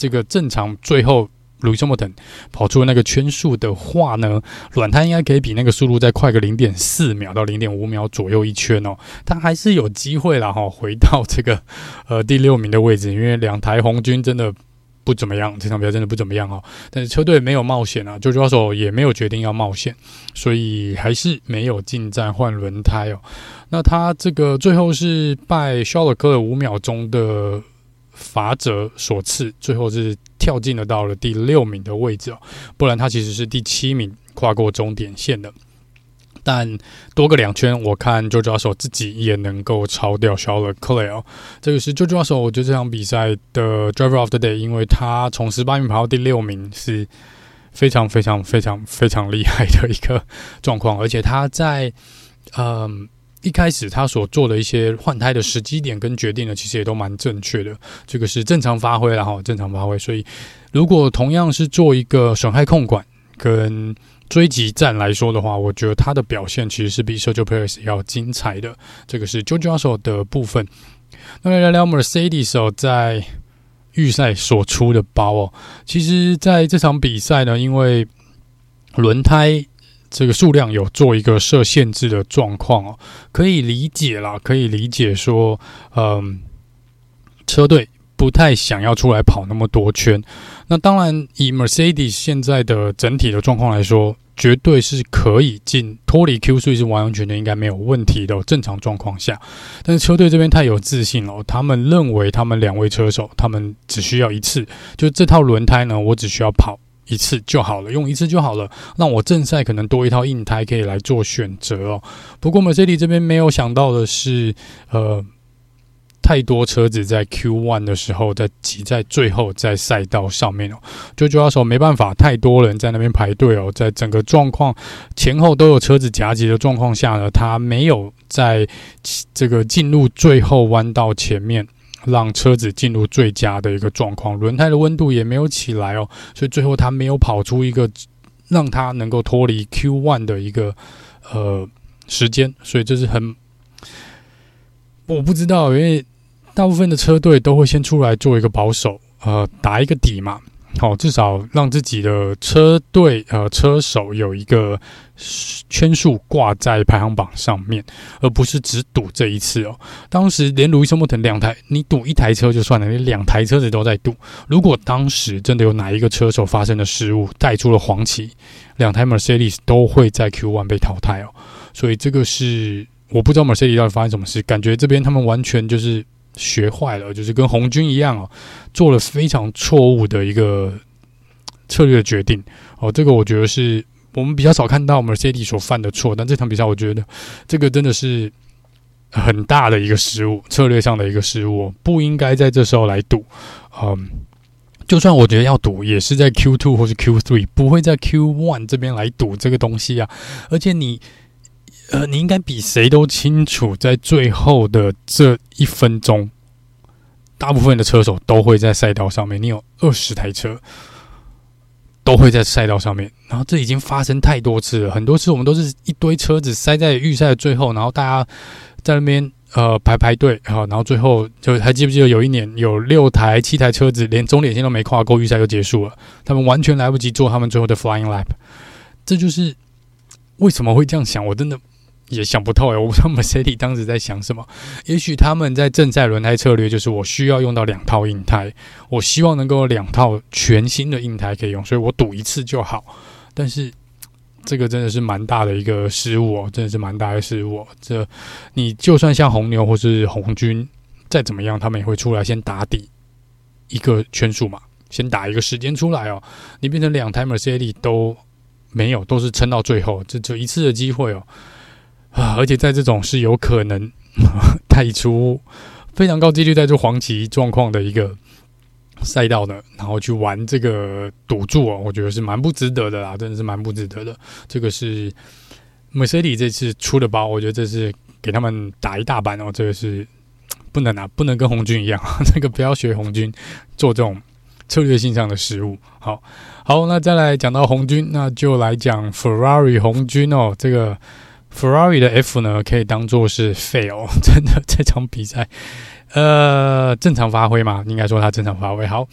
这个正常最后Lewis Hamilton跑出那个圈数的话呢，软胎应该可以比那个速度再快个 零点四秒到 零点五秒左右一圈哦，他还是有机会啦齁，回到这个呃第六名的位置，因为两台红军真的不怎么样，这场比赛真的不怎么样哦。但是车队没有冒险啊，George Russell也没有决定要冒险，所以还是没有进站换轮胎哦。那他这个最后是拜肖勒克五秒钟的罚则所赐，最后是跳进了到了第六名的位置哦，不然他其实是第七名跨过终点线的。但多个两圈，我看 George Russell 自己也能够超掉 Charles Leclerc。这个是 George Russell， 我觉得这场比赛的 Driver of the Day， 因为他从十八名跑到第六名是非常非常非常非常厉害的一个状况，而且他在嗯一开始他所做的一些换胎的时机点跟决定呢，其实也都蛮正确的。这个是正常发挥啦齁，正常发挥。所以如果同样是做一个损害控管跟追击战来说的话，我觉得他的表现其实是比 Sergio Perez 要精彩的。这个是 George Russell 的部分。那来聊聊 Mercedes 哦，在预赛所出的包哦，其实在这场比赛呢，因为轮胎这个数量有做一个设限制的状况哦，可以理解啦，可以理解说，嗯，车队不太想要出来跑那么多圈。那当然，以 Mercedes 现在的整体的状况来说，绝对是可以进脱离 Q 三是完完全全应该没有问题的、哦、正常状况下。但是车队这边太有自信了、哦，他们认为他们两位车手，他们只需要一次，就这套轮胎呢，我只需要跑一次就好了，用一次就好了，让我正赛可能多一套硬胎可以来做选择哦。不过 Mercedes 这边没有想到的是，呃。太多车子在 Q 一 的时候在挤在最后在赛道上面哦，就就要说没办法，太多人在那边排队哦，在整个状况前后都有车子夹击的状况下呢，他没有在这个进入最后弯道前面让车子进入最佳的一个状况，轮胎的温度也没有起来哦，所以最后他没有跑出一个让他能够脱离 Q 一 的一个呃时间，所以这是很我不知道，因为大部分的车队都会先出来做一个保守，呃，打一个底嘛，好、哦，至少让自己的车队呃车手有一个圈数挂在排行榜上面，而不是只赌这一次哦。当时连Lewis Hamilton两台，你赌一台车就算了，你两台车子都在赌。如果当时真的有哪一个车手发生了失误，带出了黄旗，两台 Mercedes 都会在 Q 一 被淘汰哦。所以这个是我不知道 Mercedes 到底发生什么事，感觉这边他们完全就是学坏了，就是跟红军一样哦，做了非常错误的一个策略的决定哦。这个我觉得是我们比较少看到 Mercedes 所犯的错，但这场比赛我觉得这个真的是很大的一个失误，策略上的一个失误、哦，不应该在这时候来赌。嗯，就算我觉得要赌，也是在 Q 二 或是 Q 三，不会在 Q 一 这边来赌这个东西啊。而且你。呃，你应该比谁都清楚，在最后的这一分钟，大部分的车手都会在赛道上面。你有二十台车都会在赛道上面，然后这已经发生太多次了。很多次我们都是一堆车子塞在预赛的最后，然后大家在那边呃排排队，然后最后就还记不记得有一年有六台、七台车子连终点线都没跨过，预赛就结束了，他们完全来不及做他们最后的 flying lap。这就是为什么会这样想，我真的。也想不透诶，我不知道 Mercedes 当时在想什么。也许他们在正赛轮胎策略就是我需要用到两套硬胎，我希望能够有两套全新的硬胎可以用，所以我赌一次就好。但是这个真的是蛮大的一个失误哦，真的是蛮大的失误哦。这你就算像红牛或是红军再怎么样，他们也会出来先打底一个圈数嘛，先打一个时间出来哦。你变成两台 Mercedes 都没有，都是撑到最后，这只有一次的机会哦。啊！而且在这种是有可能带出非常高几率带出黄旗状况的一个赛道的，然后去玩这个赌注哦，我觉得是蛮不值得的啦，真的是蛮不值得的。这个是 Mercedes 这次出的包，我觉得这是给他们打一大板哦，这个是不能啊，不能跟红军一样，这个不要学红军做这种策略性上的失误。好，好，那再来讲到红军，那就来讲 Ferrari 红军哦，这个。Ferrari 的 F 呢，可以当作是 fail， 真的这场比赛，呃，正常发挥嘛，应该说他正常发挥好，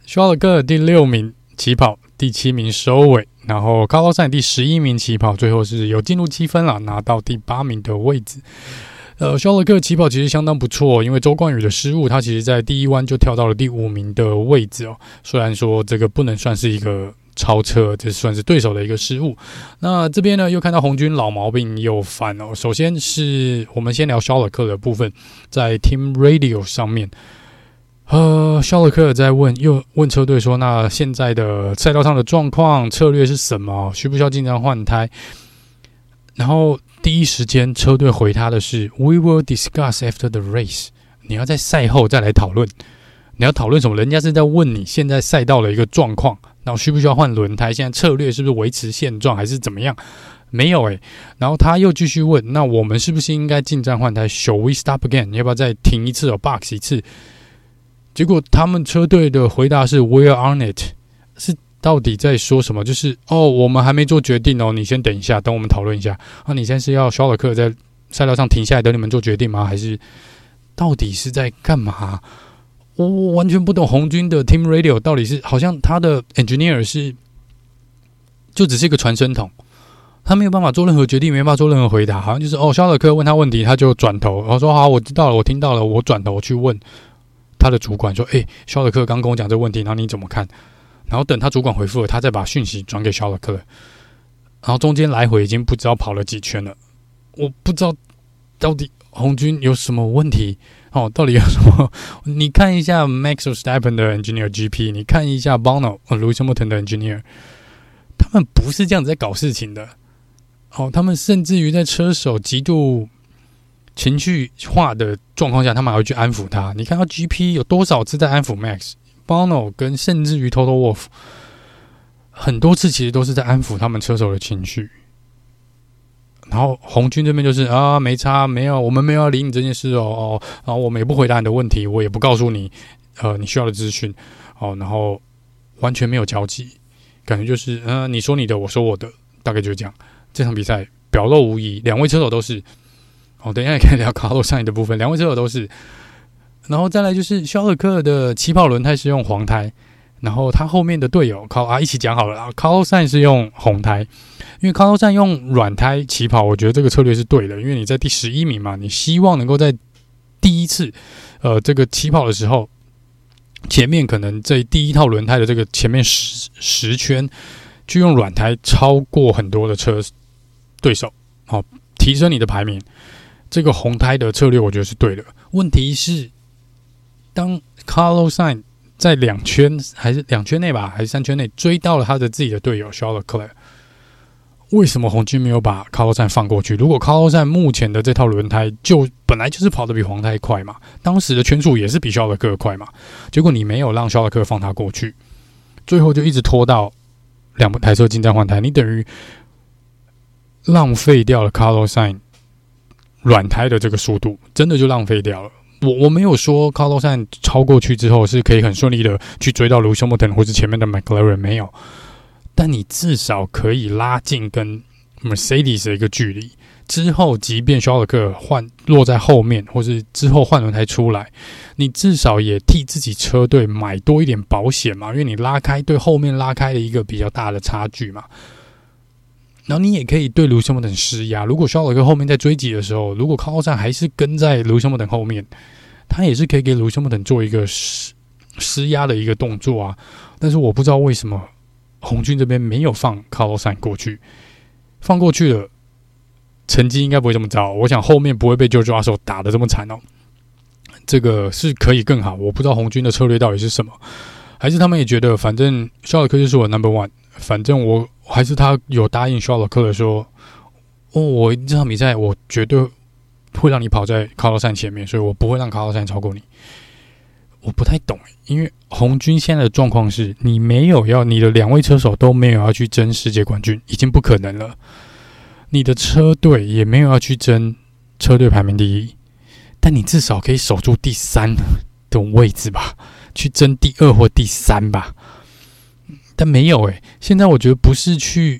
肖尔克第六名起跑，第七名收尾，然后卡洛赛第十一名起跑，最后是有进入积分了，拿到第八名的位置。呃，肖尔克起跑其实相当不错，因为周冠宇的失误，他其实在第一弯就跳到了第五名的位置哦。虽然说这个不能算是一个超车，这算是对手的一个失误。那这边呢，又看到红军老毛病又犯哦。首先是我们先聊肖尔克的部分，在 Team Radio 上面。呃，肖勒克在问，又问车队说：“那现在的赛道上的状况、策略是什么？需不需要进站换胎？”然后第一时间车队回他的是 ：“We will discuss after the race。”你要在赛后再来讨论。你要讨论什么？人家是在问你现在赛道的一个状况，然后需不需要换轮胎？现在策略是不是维持现状，还是怎么样？没有诶、欸。然后他又继续问：“那我们是不是应该进站换胎 ？Shall we stop again？ 你要不要再停一次哦 ，box 一次？”结果他们车队的回答是 "We're on it"， 是到底在说什么？就是哦，我们还没做决定哦，你先等一下，等我们讨论一下。啊，你现在是要肖尔克在赛道上停下来等你们做决定吗？还是到底是在干嘛？我我完全不懂红军的 Team Radio 到底是，好像他的 engineer 是就只是一个传声筒，他没有办法做任何决定，没办法做任何回答，好像就是哦，肖尔克问他问题，他就转头，然后说好，我知道了，我听到了，我转头去问他的主管说：“诶、欸，肖尔克刚跟我讲这个问题，然后你怎么看？”然后等他主管回复了，他再把讯息转给肖尔克。然后中间来回已经不知道跑了几圈了，我不知道到底红军有什么问题哦，到底有什么？你看一下 Max Verstappen 的 engineer G P， 你看一下 Bono、哦、Lewis Hamilton 的 engineer， 他们不是这样子在搞事情的。哦，他们甚至于在车手极度情绪化的状况下，他们还会去安抚他。你看到 G P 有多少次在安抚 Max、Bono 跟甚至于 Toto Wolff， 很多次其实都是在安抚他们车手的情绪。然后红军这边就是啊，没差，没有，我们没有要理你这件事哦哦，然后我们也不回答你的问题，我也不告诉你呃你需要的资讯哦，然后完全没有交集，感觉就是嗯、呃，你说你的，我说我的，大概就是这样。这场比赛表露无遗，两位车手都是。哦，等一下也可以聊卡洛赛的部分，两位车手都是。然后再来就是肖尔克的起跑轮胎是用黄胎，然后他后面的队友卡啊一起讲好了，卡洛赛是用红胎，因为卡洛赛用软胎起跑，我觉得这个策略是对的，因为你在第十一名嘛，你希望能够在第一次呃这个起跑的时候，前面可能这第一套轮胎的这个前面十十圈，去用软胎超过很多的车对手，好、哦、提升你的排名。这个红胎的策略我觉得是对的。问题是，当 Carlos Sainz 在两圈还是两圈内吧，还是三圈内追到了他的自己的队友 Charles Leclerc， 为什么红军没有把 Carlos Sainz 放过去？如果 Carlos Sainz 目前的这套轮胎就本来就是跑得比黄胎快嘛，当时的圈数也是比 Charles Leclerc 快嘛，结果你没有让 Charles Leclerc 放他过去，最后就一直拖到两台车进站换胎，你等于浪费掉了 Carlos Sainz软胎的这个速度，真的就浪费掉了。我我没有说 Carlos Sainz 超过去之后是可以很顺利的去追到 Lewis Hamilton 或是前面的 McLaren， 没有，但你至少可以拉近跟 Mercedes 的一个距离。之后即便肖尔克换落在后面，或是之后换轮胎出来，你至少也替自己车队买多一点保险嘛，因为你拉开对后面拉开了一个比较大的差距嘛。然后你也可以对卢森堡等施压。如果肖尔克后面在追击的时候，如果靠站还是跟在卢森堡等后面，他也是可以给卢森堡等做一个施施压的一个动作啊。但是我不知道为什么红军这边没有放卡洛山过去，放过去了，成绩应该不会这么糟。我想后面不会被 George Russell 打得这么惨哦。这个是可以更好。我不知道红军的策略到底是什么，还是他们也觉得反正肖尔克就是我 number one， 反正我。还是他有答应肖尔克的说，哦，我这场比赛我绝对会让你跑在卡洛山前面，所以我不会让卡洛山超过你。我不太懂，因为红军现在的状况是，你没有要你的两位车手都没有要去争世界冠军，已经不可能了。你的车队也没有要去争车队排名第一，但你至少可以守住第三的位置吧，去争第二或第三吧。但没有诶、欸，现在我觉得不是去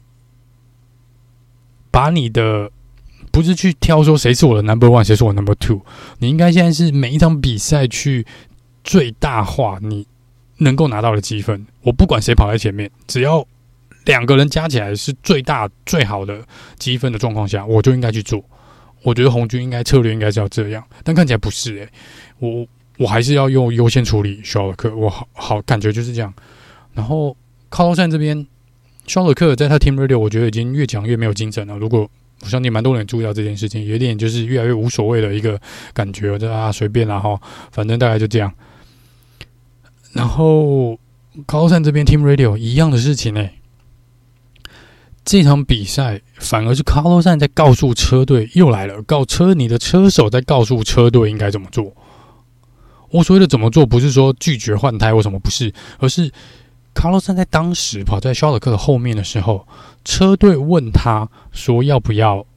把你的，不是去挑说谁是我的 number one， 谁是我 number two， 你应该现在是每一场比赛去最大化你能够拿到的积分，我不管谁跑在前面，只要两个人加起来是最大最好的积分的状况下，我就应该去做。我觉得红军应该策略应该是要这样，但看起来不是诶、欸，我我还是要用优先处理肖尔克，我好好感觉就是这样。然后靠洛山这边，肖尔克在他 Team Radio， 我觉得已经越讲越没有精神了。如果我相信蛮多人注意到这件事情，有点就是越来越无所谓的一个感觉，我就啊随便啦哈，反正大概就这样。然后靠洛山这边 Team Radio 一样的事情诶、欸。这场比赛反而是卡洛山在告诉车队又来了，告车你的车手在告诉车队应该怎么做。我所谓的怎么做，不是说拒绝换胎或什么，不是，而是卡洛山在当时跑在肖尔克的后面的时候，车队问他说要不要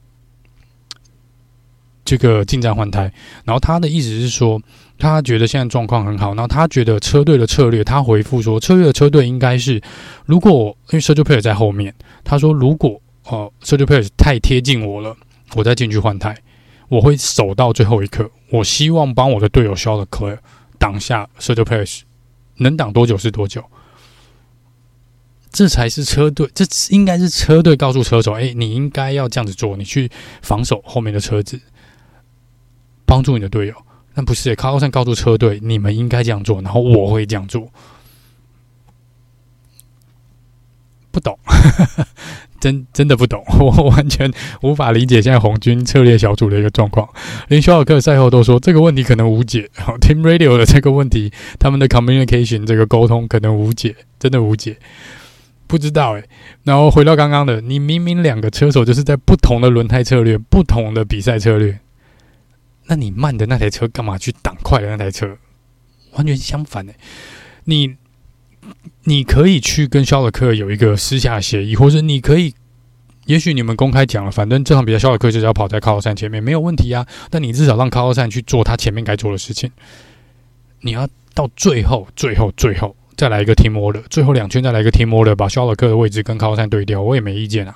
这个进站换胎，然后他的意思是说，他觉得现在状况很好，然后他觉得车队的策略，他回复说，车队的车队应该是，如果因为 Sergio Perez 在后面，他说如果呃 Sergio Perez 太贴近我了，我再进去换胎，我会守到最后一刻。我希望帮我的队友 Charles Leclerc 挡下 Sergio Perez， 能挡多久是多久。这才是车队，这应该是车队告诉车手，哎，你应该要这样子做，你去防守后面的车子，帮助你的队友。但不是，卡洛山告诉车队，你们应该这样做，然后我会这样做。不懂，真真的不懂，我完全无法理解现在红军策略小组的一个状况。连肖尔克赛后都说这个问题可能无解。好 ，Team Radio 的这个问题，他们的 communication 这个沟通可能无解，真的无解。不知道诶、欸，然后回到刚刚的，你明明两个车手就是在不同的轮胎策略、不同的比赛策略，那你慢的那台车干嘛去挡快的那台车？完全相反诶、欸，你你可以去跟肖尔克有一个私下协议，或者你可以，也许你们公开讲了，反正这场比赛肖尔克就是要跑在卡洛山前面，没有问题啊。但你至少让卡洛山去做他前面该做的事情，你要到最后、最后、最后。再来一个 team order， 最后两圈再来一个 team order， 把肖尔克的位置跟卡洛山对调，我也没意见啊。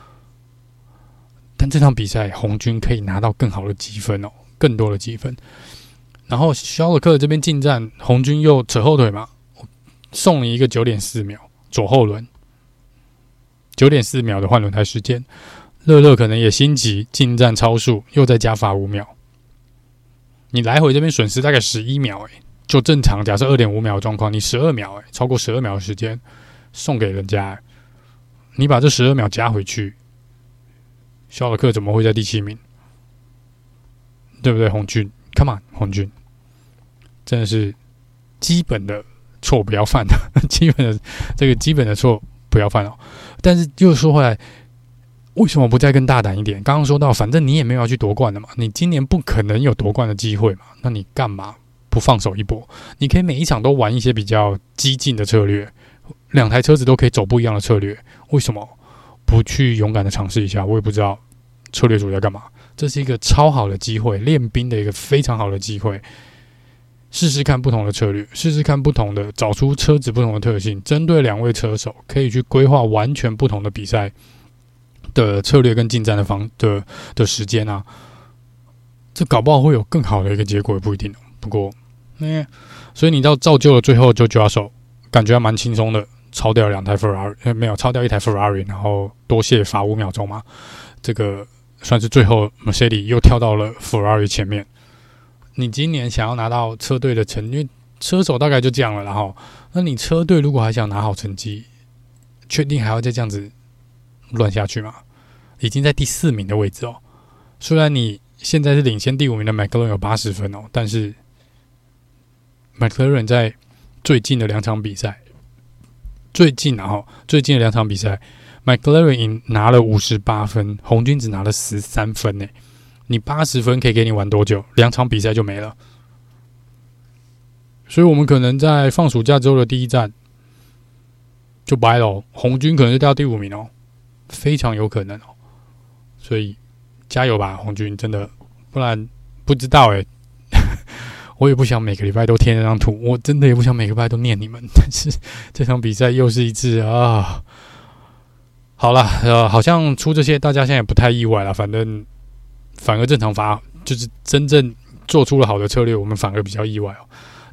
但这场比赛红军可以拿到更好的积分哦，更多的积分。然后肖尔克这边进站，红军又扯后腿嘛，送你一个 九点四 秒左后轮 ，九点四 秒的换轮胎时间。乐乐可能也心急，进站超速，又再加罚五秒。你来回这边损失大概十一秒、欸，就正常，假设 二点五 秒的状况，你十二秒、欸，超过十二秒的时间送给人家、欸，你把这十二秒加回去，肖尔克怎么会在第七名？对不对？红军 ，Come on， 红军，真的是基本的错不要犯的，基本的这个基本的错不要犯哦。但是又说回来，为什么不再更大胆一点？刚刚说到，反正你也没有要去夺冠的嘛，你今年不可能有夺冠的机会嘛，那你干嘛不放手一搏？你可以每一场都玩一些比较激进的策略，两台车子都可以走不一样的策略，为什么不去勇敢的尝试一下？我也不知道策略组在干嘛。这是一个超好的机会，练兵的一个非常好的机会，试试看不同的策略，试试看不同的，找出车子不同的特性，针对两位车手可以去规划完全不同的比赛的策略跟进站的方的的时间啊，这搞不好会有更好的一个结果，也不一定。不过，欸、所以你到造就了最后就抓手，感觉还蛮轻松的，超掉两台 Ferrari，、欸、没有超掉一台 Ferrari， 然后多谢罚五秒钟嘛，这个算是最后 Mercedes 又跳到了 Ferrari 前面。你今年想要拿到车队的成绩，因为车手大概就这样了，然后，那你车队如果还想拿好成绩，确定还要再这样子乱下去吗？已经在第四名的位置哦，虽然你现在是领先第五名的 McLaren 有八十分哦，但是 McLaren 在最近的两场比赛，最近啊哈，最近的两场比赛 ，McLaren 赢拿了五十八分，红军只拿了十三分呢。你八十分可以给你玩多久？两场比赛就没了。所以我们可能在放暑假之后的第一站就掰了、哦，红军可能就掉到第五名哦，非常有可能哦。所以加油吧，红军，真的，不然不知道诶。我也不想每个礼拜都贴那张图，我真的也不想每个礼拜都念你们。但是这场比赛又是一次啊，好啦，呃，好像出这些大家现在也不太意外了，反正反而正常发，就是真正做出了好的策略，我们反而比较意外哦。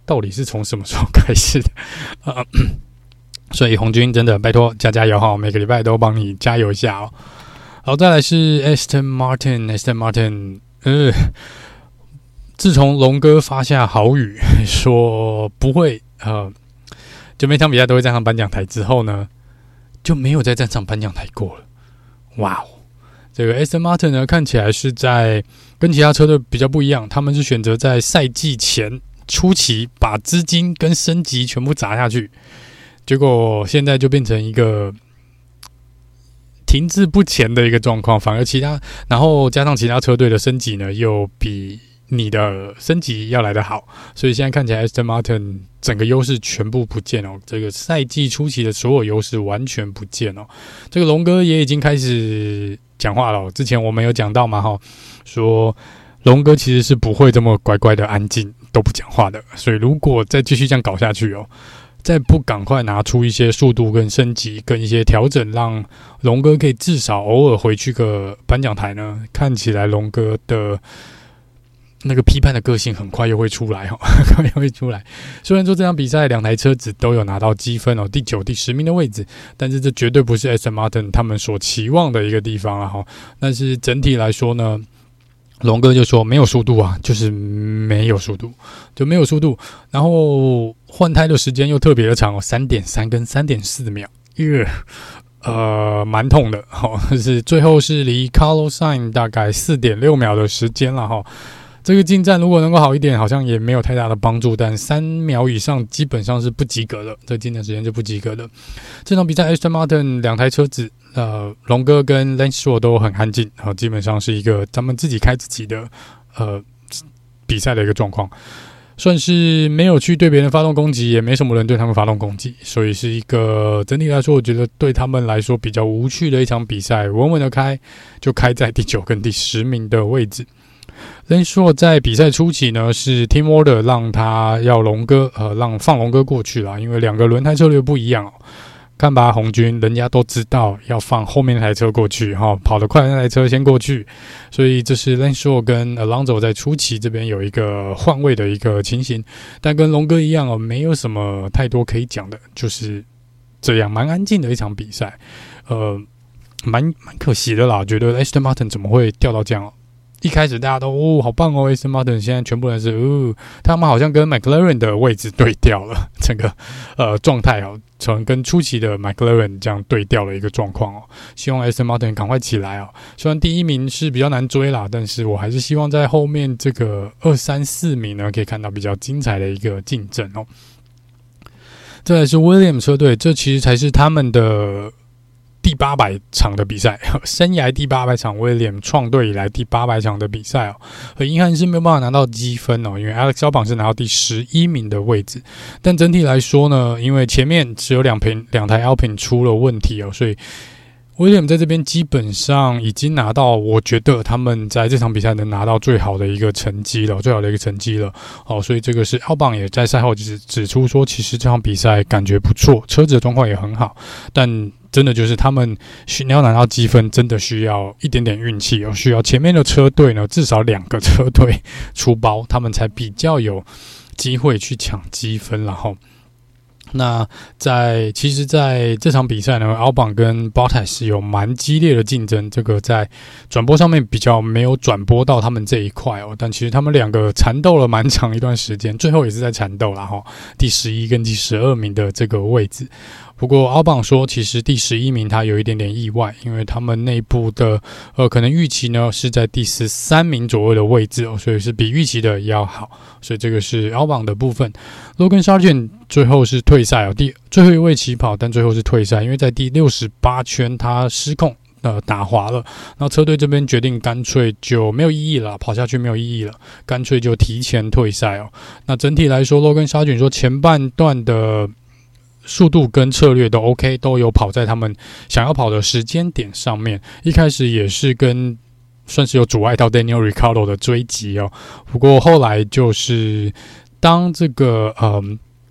到底是从什么时候开始的？呃所以红军真的拜托加加油哈，每个礼拜都帮你加油一下哦。好，再来是 Aston Martin，Aston Martin， 呃，自从龙哥发下豪语说不会呃，就每场比赛都会站上颁奖台之后呢，就没有再站上颁奖台过了。哇哦，这个 Aston Martin 呢，看起来是在跟其他车队比较不一样，他们是选择在赛季前初期把资金跟升级全部砸下去。结果现在就变成一个停滞不前的一个状况，反而其他，然后加上其他车队的升级呢，又比你的升级要来得好，所以现在看起来 Aston Martin 整个优势全部不见哦，这个赛季初期的所有优势完全不见哦。这个龙哥也已经开始讲话了、哦，之前我们有讲到嘛，哈，说龙哥其实是不会这么乖乖的安静都不讲话的，所以如果再继续这样搞下去哦。再不赶快拿出一些速度跟升级跟一些调整，让龙哥可以至少偶尔回去个颁奖台呢，看起来龙哥的那个批判的个性很快又会出来哦，很快又会出来。虽然说这场比赛两台车子都有拿到积分哦，第九、第十名的位置，但是这绝对不是 Aston Martin 他们所期望的一个地方了哈。但是整体来说呢，龙哥就说没有速度啊，就是没有速度，就没有速度。然后换胎的时间又特别的长哦， 三点三 跟 三点四 秒，呃，蛮痛的哦。就是最后是离 Carlos Sainz 大概 四点六 秒的时间了哈。这个进站如果能够好一点，好像也没有太大的帮助，但三秒以上基本上是不及格的，这个进站时间是不及格的。这场比赛 Aston Martin 两台车子，呃，龙哥跟 Lance Stroll 都很安静，好，基本上是一个咱们自己开自己的呃比赛的一个状况，算是没有去对别人发动攻击，也没什么人对他们发动攻击，所以是一个整体来说，我觉得对他们来说比较无趣的一场比赛，稳稳的开，就开在第九跟第十名的位置。Lance Stroll 在比赛初期呢，是 Team Order 让他要龙哥呃让放龙哥过去啦，因为两个轮胎策略不一样哦。看吧，红军人家都知道要放后面那台车过去哈，跑得快的那台车先过去，所以这是 Lance Stroll 跟 Alonso 在初期这边有一个换位的一个情形，但跟龙哥一样哦，没有什么太多可以讲的，就是这样蛮安静的一场比赛，呃，蛮蛮可惜的啦，觉得 Aston Martin 怎么会掉到这样哦？一开始大家都哦好棒哦 ，Aston Martin 现在全部人是哦，他们好像跟 McLaren 的位置对调了，整个呃状态哦，从跟初期的 McLaren 这样对调了一个状况哦。希望 Aston Martin 赶快起来哦。虽然第一名是比较难追啦，但是我还是希望在后面这个二三四名呢，可以看到比较精彩的一个竞争哦。再来是 Williams 车队，这其实才是他们的第八百场的比赛，生涯第八百场，威廉创队以来第八百场的比赛哦。很遗憾是没有办法拿到积分哦，因为 Alex Albon 是拿到第十一名的位置。但整体来说呢，因为前面只有两瓶两台 Alpine 出了问题哦，所以威廉在这边基本上已经拿到，我觉得他们在这场比赛能拿到最好的一个成绩了，最好的一个成绩了。哦，所以这个是Albon也在赛后指指出说，其实这场比赛感觉不错，车子的状况也很好，但真的就是他们需要拿到积分，真的需要一点点运气哦，需要前面的车队呢至少两个车队出包，他们才比较有机会去抢积分，然后。那在其实在这场比赛呢 Albon 跟 Bottas 有蛮激烈的竞争，这个在转播上面比较没有转播到他们这一块哦，但其实他们两个缠斗了蛮长一段时间，最后也是在缠斗啦齁，第十一跟第十二名的这个位置。不过 Albon 说其实第十一名他有一点点意外，因为他们内部的呃可能预期呢是在第十三名左右的位置哦，所以是比预期的要好，所以这个是 Albon 的部分。Logan Sargent 最后是退赛哦，第最后一位起跑，但最后是退赛，因为在第六十八圈他失控呃打滑了，然后车队这边决定干脆就没有意义了，跑下去没有意义了，干脆就提前退赛哦。那整体来说 Logan Sargent 说前半段的速度跟策略都 OK， 都有跑在他们想要跑的时间点上面。一开始也是跟算是有阻碍到 Daniel Ricciardo 的追击哦，不过后来就是当这个嗯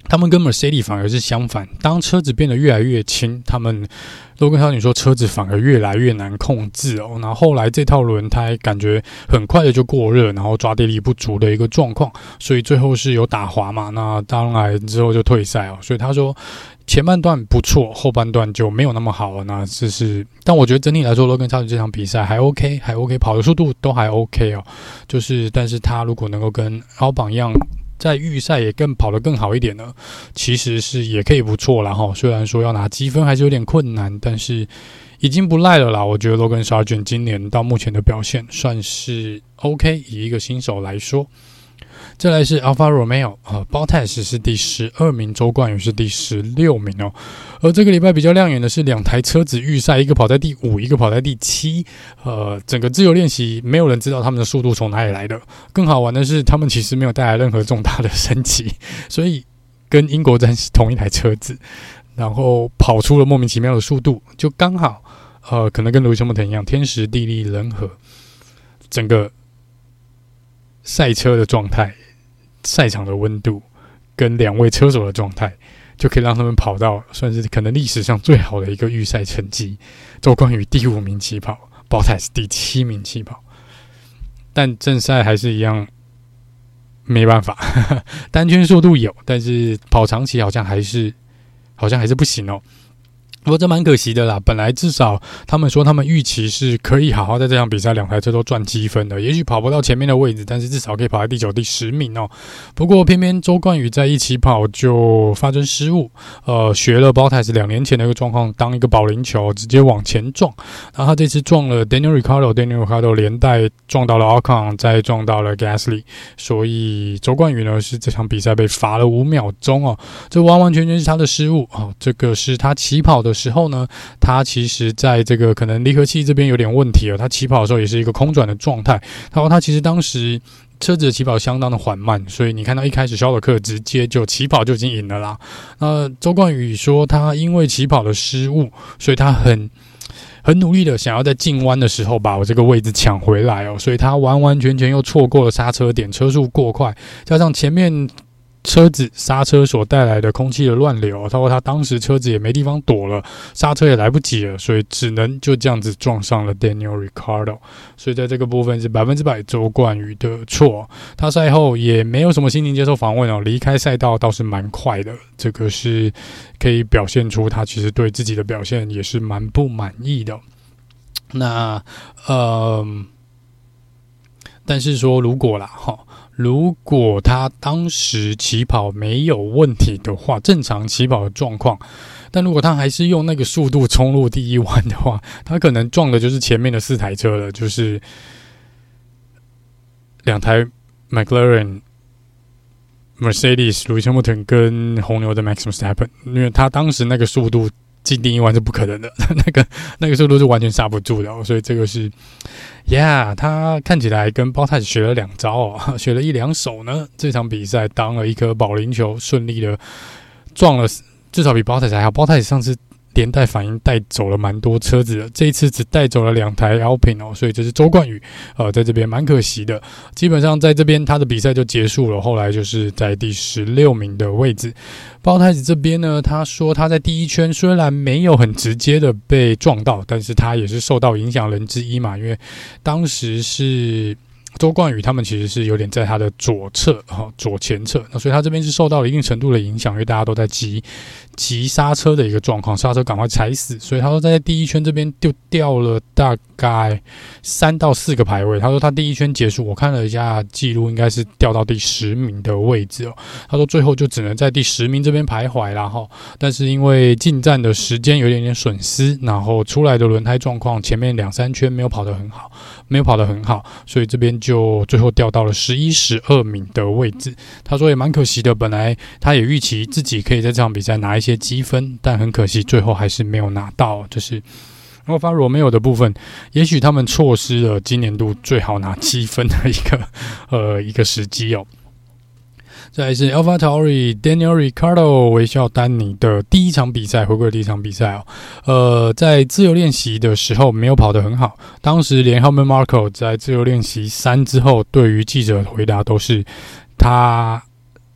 他们跟 Mercedes 反而是相反，当车子变得越来越轻，他们都跟他女说车子反而越来越难控制哦。然后后来这套轮胎感觉很快的就过热，然后抓地力不足的一个状况，所以最后是有打滑嘛。那当然之后就退赛哦。所以他说前半段不错，后半段就没有那么好了。那这是，但我觉得整体来说，Logan Sargeant这场比赛还 OK， 还 OK， 跑的速度都还 OK 哦。就是，但是他如果能够跟Albon一样，在预赛也更跑得更好一点呢，其实是也可以不错啦齁。虽然说要拿积分还是有点困难，但是已经不赖了啦。我觉得 Logan Sargeant 今年到目前的表现算是 OK， 以一个新手来说。再来是 Alfa Romeo， 呃 Bottas 是第十二名，周冠宇是第十六名哦。而这个礼拜比较亮眼的是两台车子预赛，一个跑在第五，一个跑在第七。呃，整个自由练习没有人知道他们的速度从哪里来的。更好玩的是，他们其实没有带来任何重大的升级，所以跟英国站是同一台车子，然后跑出了莫名其妙的速度，就刚好，呃，可能跟Lewis Hamilton一样，天时地利人和，整个赛车的状态。赛场的温度跟两位车手的状态，就可以让他们跑到算是可能历史上最好的一个预赛成绩。周冠宇第五名起跑 ，Bottas 第七名起跑，但正赛还是一样没办法，呵呵单圈速度有，但是跑长期好像还是好像还是不行哦。不过这蛮可惜的啦，本来至少他们说他们预期是可以好好在这场比赛两台车都赚积分的，也许跑不到前面的位置，但是至少可以跑在第九、第十名哦。不过偏偏周冠宇在一起跑就发生失误，呃，学了Bottas两年前的一个状况，当一个保龄球直接往前撞，然后他这次撞了 Daniel Ricciardo，Daniel Ricciardo 连带撞到了 Ocon， 再撞到了 Gasly， 所以周冠宇呢是这场比赛被罚了五秒钟哦，这完完全全是他的失误哦，这个是他起跑的时候呢，他其实在这个可能离合器这边有点问题了，他起跑的时候也是一个空转的状态，然后他其实当时车子的起跑相当的缓慢，所以你看到一开始肖尔克直接就起跑就已经赢了啦。那周冠宇说他因为起跑的失误，所以他很很努力的想要在进弯的时候把我这个位置抢回来哦，所以他完完全全又错过了刹车点，车速过快，加上前面车子刹车所带来的空气的乱流，包括他当时车子也没地方躲了，刹车也来不及了，所以只能就这样子撞上了 Daniel Ricciardo。所以在这个部分是百分之百周冠宇的错。他赛后也没有什么心情接受访问哦，离开赛道倒是蛮快的，这个是可以表现出他其实对自己的表现也是蛮不满意的。那呃，但是说如果啦哈。如果他当时起跑没有问题的话，正常起跑的状况，但如果他还是用那个速度冲入第一弯的话，他可能撞的就是前面的四台车了，就是两台 McLaren、Mercedes、Lewis Hamilton 跟红牛的 Max Verstappen， 因为他当时那个速度进第一弯是不可能的，那个那个速度是完全刹不住的、哦，所以这个是 ，Yeah， 他看起来跟Bottas学了两招哦，学了一两手呢。这场比赛当了一颗保龄球，顺利的撞了，至少比Bottas还好。Bottas上次连带反应带走了蛮多车子的，这一次只带走了两台 Alpine 哦，所以这是周冠宇，呃，在这边蛮可惜的。基本上在这边他的比赛就结束了，后来就是在第十六名的位置。Bottas这边呢，他说他在第一圈虽然没有很直接的被撞到，但是他也是受到影响人之一嘛，因为当时是周冠宇他们其实是有点在他的左侧、哦、左前侧，那所以他这边是受到了一定程度的影响，因为大家都在急急刹车的一个状况，刹车赶快踩死，所以他说在第一圈这边就掉了大概三到四个排位。他说他第一圈结束，我看了一下记录，应该是掉到第十名的位置哦。他说最后就只能在第十名这边徘徊啦哈，但是因为进站的时间有一点点损失，然后出来的轮胎状况前面两三圈没有跑得很好，没有跑得很好，所以这边就最后掉到了十一、十二名的位置。他说也蛮可惜的，本来他也预期自己可以在这场比赛拿一些积分，但很可惜最后还是没有拿到。就是Alfa Romeo的部分，也许他们错失了今年度最好拿积分的一个呃一个时机哦。再来是 AlphaTauri Daniel Ricciardo 微笑丹尼的第一场比赛，回归的第一场比赛哦。呃，在自由练习的时候没有跑得很好，当时连 Helmut Marko 在自由练习三之后，对于记者的回答都是他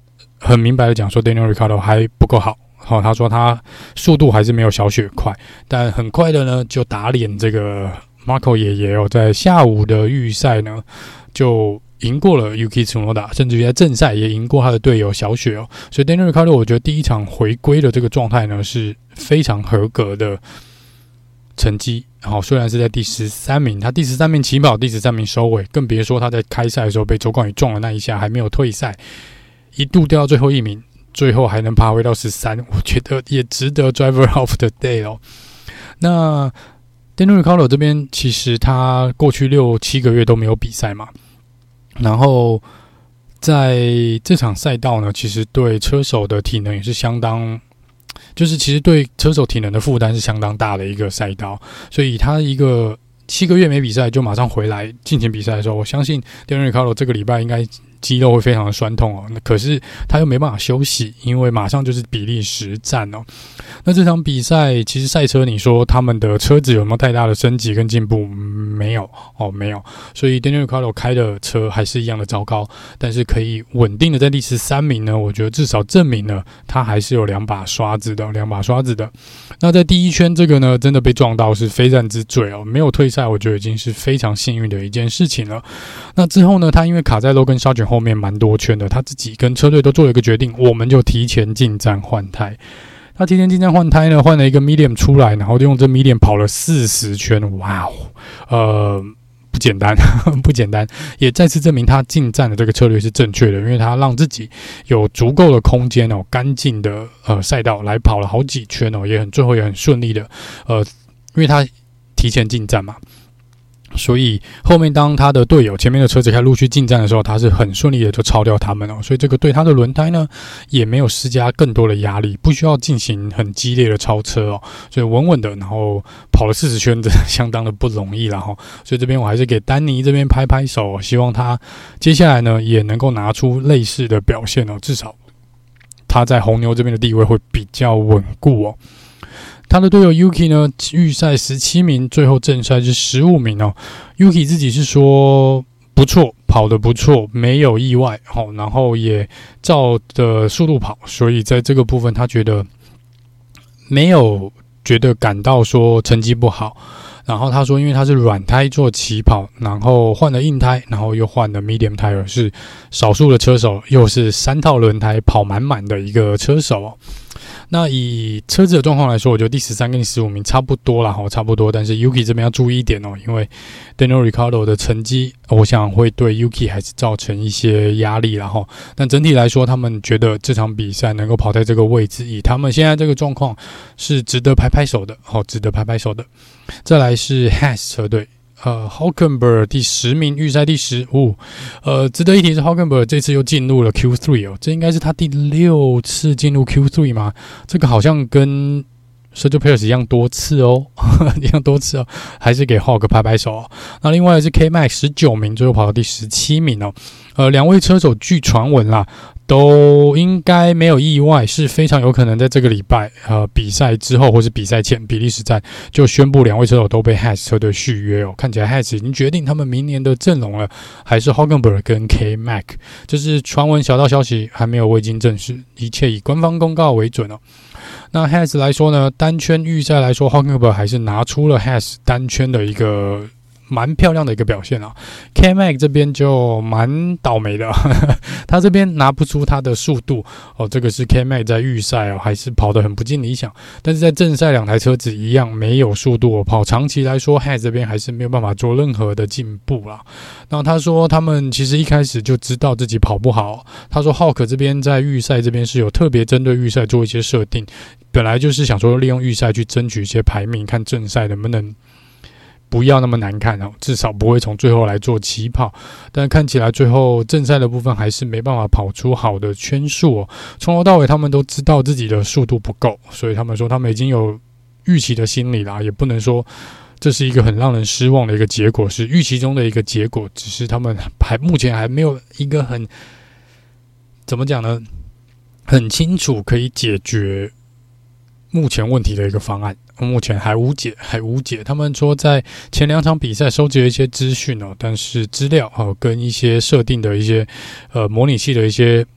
很明白的讲说 Daniel Ricciardo 还不够好。好、哦，他说他速度还是没有小雪快，但很快的呢就打脸这个 Marco 爷爷哦，在下午的预赛呢就赢过了 Yuki Tsunoda， 甚至于在正赛也赢过他的队友小雪哦，所以 Daniel Ricciardo 我觉得第一场回归的这个状态呢是非常合格的成绩。好、哦，虽然是在第十三名，他第十三名起跑，第十三名收尾，更別說他在开赛的时候被周冠宇撞了那一下，还没有退赛，一度掉到最后一名。最后还能爬回到十三，我觉得也值得 Driver of the Day 哦。那 Daniel Ricciardo 这边其实他过去六七个月都没有比赛嘛，然后在这场赛道呢，其实对车手的体能也是相当，就是其实对车手体能的负担是相当大的一个赛道，所以他一个七个月没比赛就马上回来进行比赛的时候，我相信 Daniel Ricciardo 这个礼拜应该肌肉会非常的酸痛哦，可是他又没办法休息，因为马上就是比利时站哦。那这场比赛其实赛车你说他们的车子有没有太大的升级跟进步？没有哦，没有。所以 Daniel Ricciardo 开的车还是一样的糟糕，但是可以稳定的在第十三名呢，我觉得至少证明了他还是有两把刷子的，两把刷子的。那在第一圈这个呢，真的被撞到是非战之罪哦，没有退赛，我觉得已经是非常幸运的一件事情了。那之后呢，他因为卡在 Logan Sargeant 后面蛮多圈的，他自己跟车队都做了一个决定，我们就提前进站换胎。他提前进站换胎呢，换了一个 medium 出来，然后就用这 medium 跑了四十圈，哇哦，呃，不简单，不简单，也再次证明他进站的这个策略是正确的，因为他让自己有足够的空间哦，干净的呃赛道来跑了好几圈哦，也很最后也很顺利的，呃，因为他提前进站嘛。所以后面当他的队友前面的车子开始陆续进站的时候，他是很顺利的就超掉他们哦，所以这个对他的轮胎呢也没有施加更多的压力，不需要进行很激烈的超车哦，所以稳稳的，然后跑了四十圈，真的相当的不容易啦齁。所以这边我还是给丹尼这边拍拍手，希望他接下来呢也能够拿出类似的表现哦，至少他在红牛这边的地位会比较稳固哦。他的队友 Yuki 呢，预赛十七名，最后正赛是十五名哦。Yuki 自己是说不错，跑得不错，没有意外，哦，然后也照着速度跑，所以在这个部分他觉得没有觉得感到说成绩不好。然后他说，因为他是软胎做起跑，然后换了硬胎，然后又换了 medium tire， 是少数的车手，又是三套轮胎跑满满的一个车手哦。那以车子的状况来说，我觉得第十三跟第十五名差不多啦，差不多。但是 Yuki 这边要注意一点哦，因为 Daniel Ricciardo 的成绩，我想会对 Yuki 还是造成一些压力啦齁。但整体来说，他们觉得这场比赛能够跑在这个位置，以他们现在这个状况是值得拍拍手的，哦，值得拍拍手的。再来是 Haas 车队。呃 Hülkenberg 第十名，预赛第十五。呃，值得一提是 Hülkenberg 这次又进入了 Q 三 哦，这应该是他第六次进入 Q 三 吗？这个好像跟 Sergio Perez 一样多次哦，一样多次哦，还是给 Hülk 拍拍手哦。那另外是 K-Max 十九名，最后跑到第十七名哦。呃，两位车手据传闻啦，都应该没有意外，是非常有可能在这个礼拜呃比赛之后或是比赛前比利时站就宣布两位车手都被 Haas 车队续约哦。看起来 Haas 已经决定他们明年的阵容了，还是 Hülkenberg 跟 K-Max， 就是传闻小道消息，还没有未经证实，一切以官方公告为准哦。那 Haas 来说呢，单圈预赛来说 Hülkenberg 还是拿出了 Haas 单圈的一个蛮漂亮的一个表现啊。K-Max 这边就蛮倒霉的，呵呵，他这边拿不出他的速度哦，这个是 K-Max 在预赛哦还是跑得很不尽理想，但是在正赛两台车子一样没有速度哦，跑长期来说 Haas 这边还是没有办法做任何的进步啦。然后他说他们其实一开始就知道自己跑不好，他说 Hülk 这边在预赛这边是有特别针对预赛做一些设定，本来就是想说利用预赛去争取一些排名，看正赛能不能不要那么难看哦，至少不会从最后来做起跑。但看起来最后正赛的部分还是没办法跑出好的圈数哦。从头到尾他们都知道自己的速度不够，所以他们说他们已经有预期的心理啦，也不能说这是一个很让人失望的一个结果，是预期中的一个结果，只是他们还目前还没有一个很怎么讲呢，很清楚可以解决目前问题的一个方案，目前还无解，还无解。他们说在前两场比赛收集了一些资讯哦，但是资料哦跟一些设定的一些呃模拟器的一些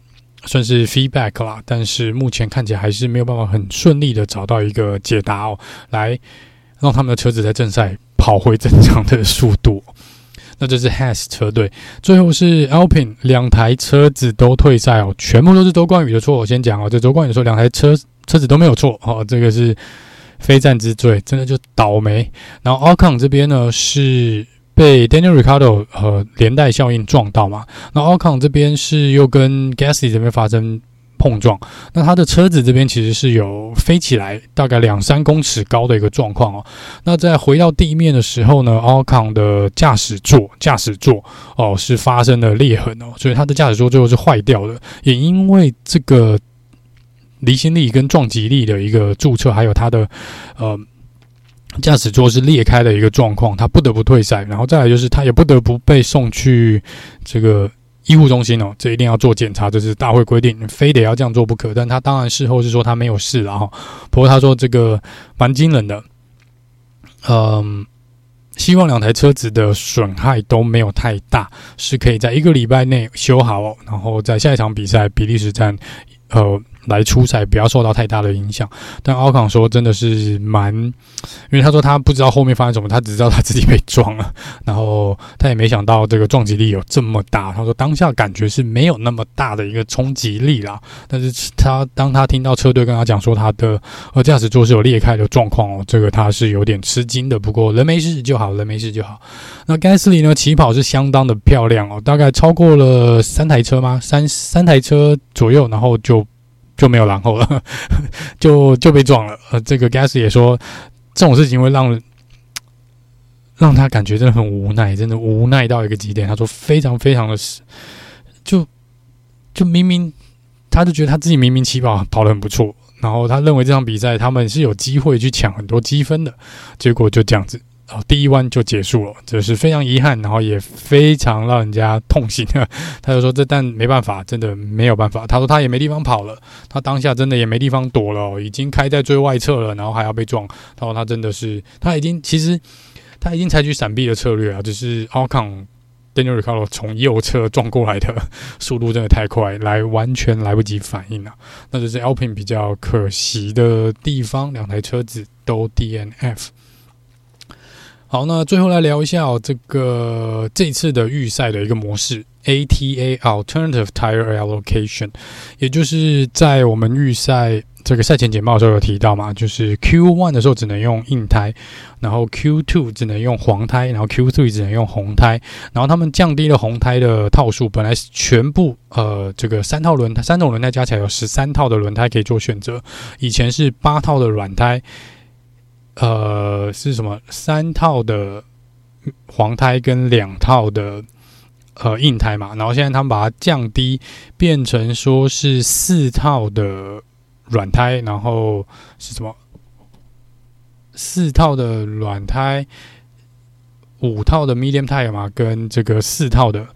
算是 feedback 啦，但是目前看起来还是没有办法很顺利的找到一个解答哦，来让他们的车子在正赛跑回正常的速度。那这是 Haas 车队，最后是 Alpine 两台车子都退赛哦，全部都是周冠宇的错。我先讲哦，这周冠宇说两台车车子都没有错哦，这个是非战之罪，真的就倒霉。然后 Ocon 这边呢是被 Daniel Ricciardo 呃连带效应撞到嘛，那 Ocon 这边是又跟 Gasly 这边发生碰撞，那他的车子这边其实是有飞起来大概两三公尺高的一个状况哦。那在回到地面的时候呢 ，Ocon 的驾驶座驾驶座哦是发生了裂痕哦，所以他的驾驶座最后是坏掉的。也因为这个离心力跟撞击力的一个注册，还有他的呃驾驶座是裂开的一个状况，他不得不退赛。然后再来就是他也不得不被送去这个医护中心哦，这一定要做检查，这是大会规定，非得要这样做不可。但他当然事后是说他没有事了哈，不过他说这个蛮惊人的，嗯，希望两台车子的损害都没有太大，是可以在一个礼拜内修好哦，然后在下一场比赛比利时站，呃。来出赛不要受到太大的影响，但奥康说真的是蛮，因为他说他不知道后面发生什么，他只知道他自己被撞了，然后他也没想到这个撞击力有这么大。他说当下感觉是没有那么大的一个冲击力啦，但是他当他听到车队跟他讲说他的呃驾驶座是有裂开的状况哦，这个他是有点吃惊的。不过人没事就好，人没事就好。那 Gasly 呢，起跑是相当的漂亮哦，大概超过了三台车吗？三三台车左右，然后就。就没有然后了，就就被撞了。呃，这个 Gasly 也说，这种事情会让让他感觉真的很无奈，真的无奈到一个极点。他说非常非常的，就就明明他就觉得他自己明明起跑跑得很不错，然后他认为这场比赛他们是有机会去抢很多积分的，结果就这样子。哦，第一弯就结束了，这是非常遗憾，然后也非常让人家痛心。他就说这但没办法，真的没有办法。他说他也没地方跑了，他当下真的也没地方躲了、哦，已经开在最外侧了，然后还要被撞。他说他真的是，他已经其实他已经采取闪避的策略啊，只是 Ocon Daniel Ricciardo 从右侧撞过来的速度真的太快，来完全来不及反应啊。那这是 Alpine 比较可惜的地方，两台车子都 D N F。好，那最后来聊一下哦，这个这次的预赛的一个模式 A T A Alternative Tire Allocation， 也就是在我们预赛这个赛前简报的时候有提到嘛，就是 Q 一 的时候只能用硬胎，然后 Q 二 只能用黄胎，然后 Q 三 只能用红胎，然后他们降低了红胎的套数，本来是全部呃这个三套轮胎，三种轮胎加起来有十三套的轮胎可以做选择，以前是八套的软胎。呃，是什么？三套的黄胎跟两套的呃硬胎嘛，然后现在他们把它降低，变成说是四套的软胎，然后是什么？四套的软胎，五套的 medium tire 嘛，跟这个四套的，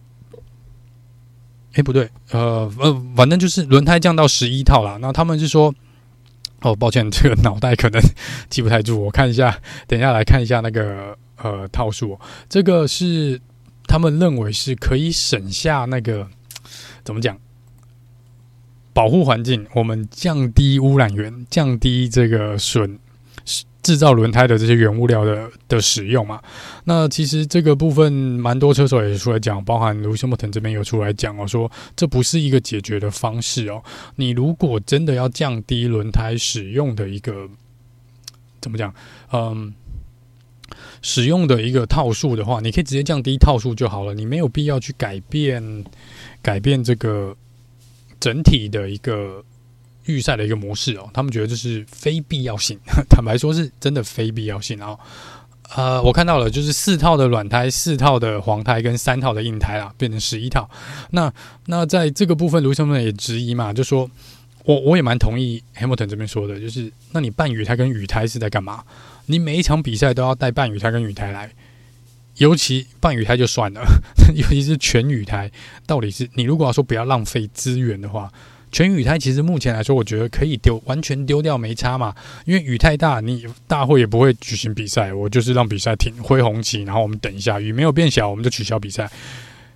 哎不对，呃呃，反正就是轮胎降到十一套啦。那他们是说。哦，抱歉，这个脑袋可能记不太住，我看一下，等一下来看一下那个呃套数、哦。这个是他们认为是可以省下那个怎么讲，保护环境，我们降低污染源，降低这个损制造轮胎的这些原物料的的使用嘛。那其实这个部分蛮多车手也出来讲，包含卢西莫腾这边有出来讲哦，说这不是一个解决的方式哦。你如果真的要降低轮胎使用的一个怎么讲，嗯，使用的一个套数的话，你可以直接降低套数就好了，你没有必要去改变改变这个整体的一个。预赛的一个模式哦，他们觉得这是非必要性，坦白说是真的非必要性哦。呃，我看到了，就是四套的软胎、四套的黄胎跟三套的硬胎啦，变成十一套。那那在这个部分，卢森堡也质疑嘛，就说我我也蛮同意 Hamilton 这边说的，就是那你半雨胎跟雨胎是在干嘛？你每一场比赛都要带半雨胎跟雨胎来，尤其半雨胎就算了，尤其是全雨胎，到底是你如果要说不要浪费资源的话。全雨胎其实目前来说，我觉得可以丢，完全丢掉没差嘛。因为雨太大，你大会也不会举行比赛，我就是让比赛停，挥红旗，然后我们等一下，雨没有变小，我们就取消比赛。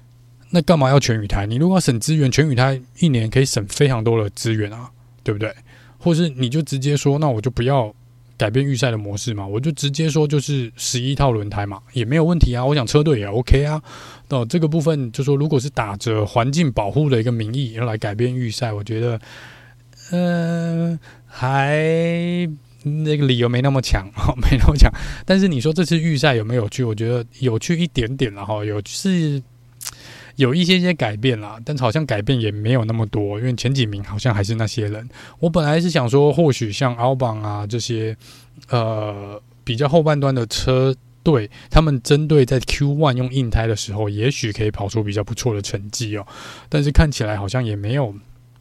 那干嘛要全雨胎？你如果要省资源，全雨胎一年可以省非常多的资源啊，对不对？或是你就直接说，那我就不要改变预赛的模式嘛，我就直接说就是十一套轮胎嘛，也没有问题啊。我想车队也 OK 啊。哦，这个部分就说，如果是打着环境保护的一个名义要来改变预赛，我觉得，呃，还那个理由没那么强，没那么强。但是你说这次预赛有没有趣？我觉得有趣一点点啦，哈，有是。有一些些改变啦，但好像改变也没有那么多，因为前几名好像还是那些人。我本来是想说，或许像奥邦啊这些，呃，比较后半段的车队，他们针对在 Q 一 用硬胎的时候，也许可以跑出比较不错的成绩哦。但是看起来好像也没有，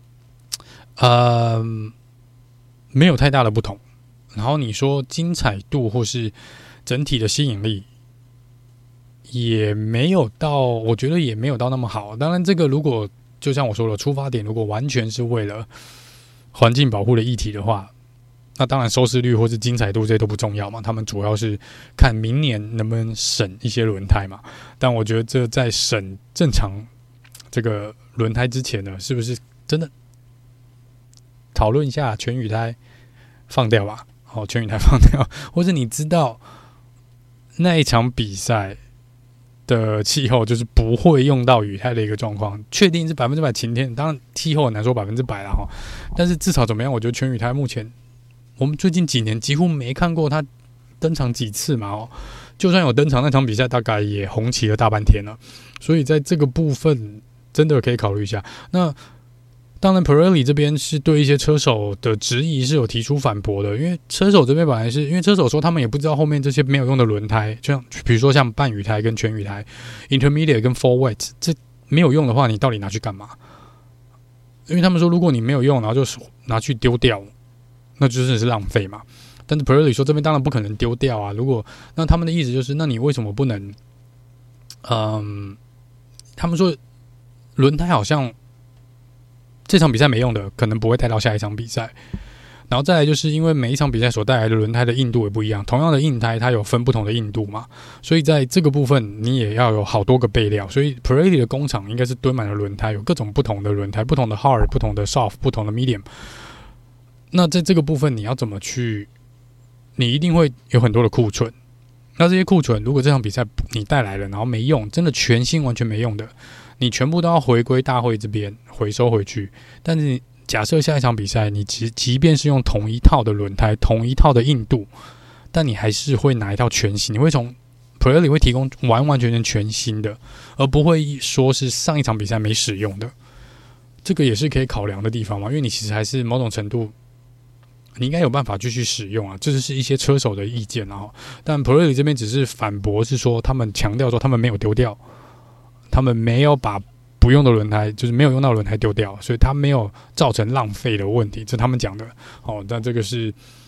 呃，没有太大的不同。然后你说精彩度或是整体的吸引力，也没有到，我觉得也没有到那么好。当然，这个如果就像我说的，出发点如果完全是为了环境保护的议题的话，那当然收视率或是精彩度这些都不重要嘛。他们主要是看明年能不能省一些轮胎嘛。但我觉得这在省正常这个轮胎之前呢，是不是真的讨论一下全雨胎放掉吧？哦，全雨胎放掉，或者你知道那一场比赛的气候就是不会用到雨胎的一个状况，确定是百分之百晴天。当然气候很难说百分之百啦哈，但是至少怎么样，我觉得全雨胎目前我们最近几年几乎没看过它登场几次嘛哦，就算有登场，那场比赛大概也红旗了大半天了，所以在这个部分真的可以考虑一下。那当然 Pirelli 这边是对一些车手的质疑是有提出反驳的，因为车手这边本来是因为车手说他们也不知道后面这些没有用的轮胎，就像比如说像半雨胎跟全雨胎 Intermediate 跟 Full Wet 这没有用的话，你到底拿去干嘛？因为他们说如果你没有用，然后就拿去丢掉，那就真的是浪费嘛。但是 Pirelli 说这边当然不可能丢掉啊，如果那他们的意思就是那你为什么不能嗯他们说轮胎好像这场比赛没用的，可能不会带到下一场比赛。然后再来就是因为每一场比赛所带来的轮胎的硬度也不一样，同样的硬胎它有分不同的硬度嘛，所以在这个部分你也要有好多个备料。所以 Pirelli 的工厂应该是堆满了轮胎，有各种不同的轮胎，不同的 hard、不同的 soft、不同的 medium。那在这个部分你要怎么去？你一定会有很多的库存。那这些库存如果这场比赛你带来了，然后没用，真的全新完全没用的，你全部都要回归大会这边回收回去。但是假设下一场比赛你即即便是用同一套的轮胎，同一套的硬度，但你还是会拿一套全新，你会从 Pirelli 会提供完完全全全新的，而不会说是上一场比赛没使用的。这个也是可以考量的地方嘛，因为你其实还是某种程度你应该有办法继续使用啊，这就是一些车手的意见啊。但 Pirelli 这边只是反驳，是说他们强调说他们没有丢掉，他们没有把不用的轮胎，就是没有用到轮胎丢掉，所以它没有造成浪费的问题，这是他们讲的。哦，但这个是，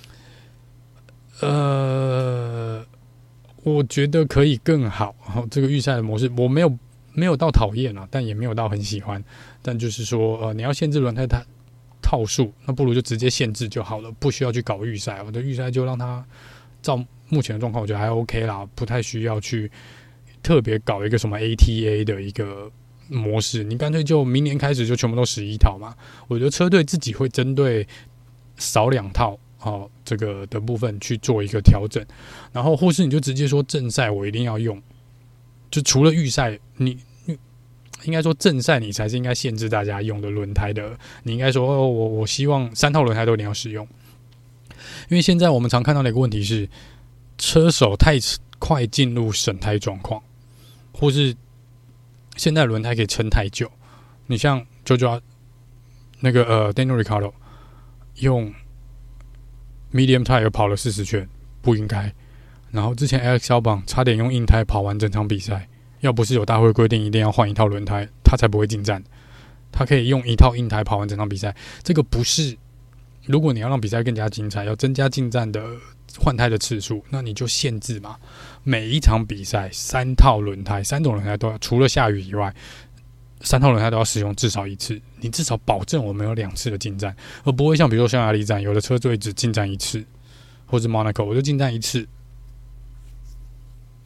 呃，我觉得可以更好。哦，这个预赛的模式我没有没有到讨厌啊，但也没有到很喜欢。但就是说，呃，你要限制轮胎它套数，那不如就直接限制就好了，不需要去搞预赛。我的预赛就让它照目前的状况，我觉得还 OK 啦，不太需要去特别搞一个什么 A T A 的一个模式。你干脆就明年开始就全部都十一套嘛。我觉得车队自己会针对少两套哦这个的部分去做一个调整，然后或是你就直接说正赛我一定要用，就除了预赛你。应该说正赛你才是应该限制大家用的轮胎的，你应该说、哦、我我希望三套轮胎都一定要使用，因为现在我们常看到的一个问题是车手太快进入省胎状况，或是现在轮胎可以撑太久。你像 JoJo 那个呃 Daniel Ricciardo 用 medium tire 跑了四十圈不应该，然后之前 Alex Albon 差点用硬胎跑完整场比赛。要不是有大会规定一定要换一套轮胎，他才不会进站。他可以用一套硬胎跑完整场比赛，这个不是。如果你要让比赛更加精彩，要增加进站的换胎的次数，那你就限制嘛。每一场比赛三套轮胎，三种轮胎都要，除了下雨以外，三套轮胎都要使用至少一次。你至少保证我们有两次的进站，而不会像比如说匈牙利站，有的车队只进站一次，或者 Monaco 我就进站一次。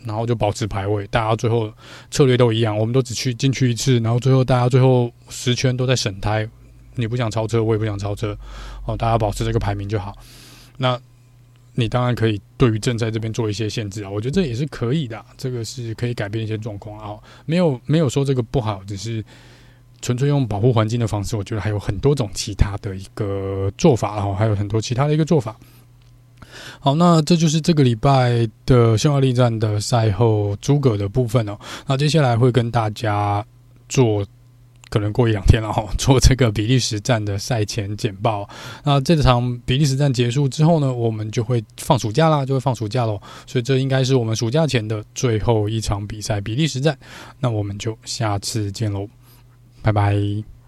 然后就保持排位，大家最后策略都一样，我们都只去进去一次，然后最后大家最后十圈都在省胎，你不想超车，我也不想超车，哦，大家保持这个排名就好。那你当然可以对于正赛这边做一些限制啊，我觉得这也是可以的、啊，这个是可以改变一些状况啊，没有没有说这个不好，只是纯粹用保护环境的方式，我觉得还有很多种其他的一个做法，然后还有很多其他的一个做法。好，那这就是这个礼拜的匈牙利站的赛后诸葛的部分哦。那接下来会跟大家做，可能过一两天了哈，做这个比利时站的赛前简报。那这场比利时站结束之后呢，我们就会放暑假啦，就会放暑假咯。所以这应该是我们暑假前的最后一场比赛，比利时站。那我们就下次见喽，拜拜。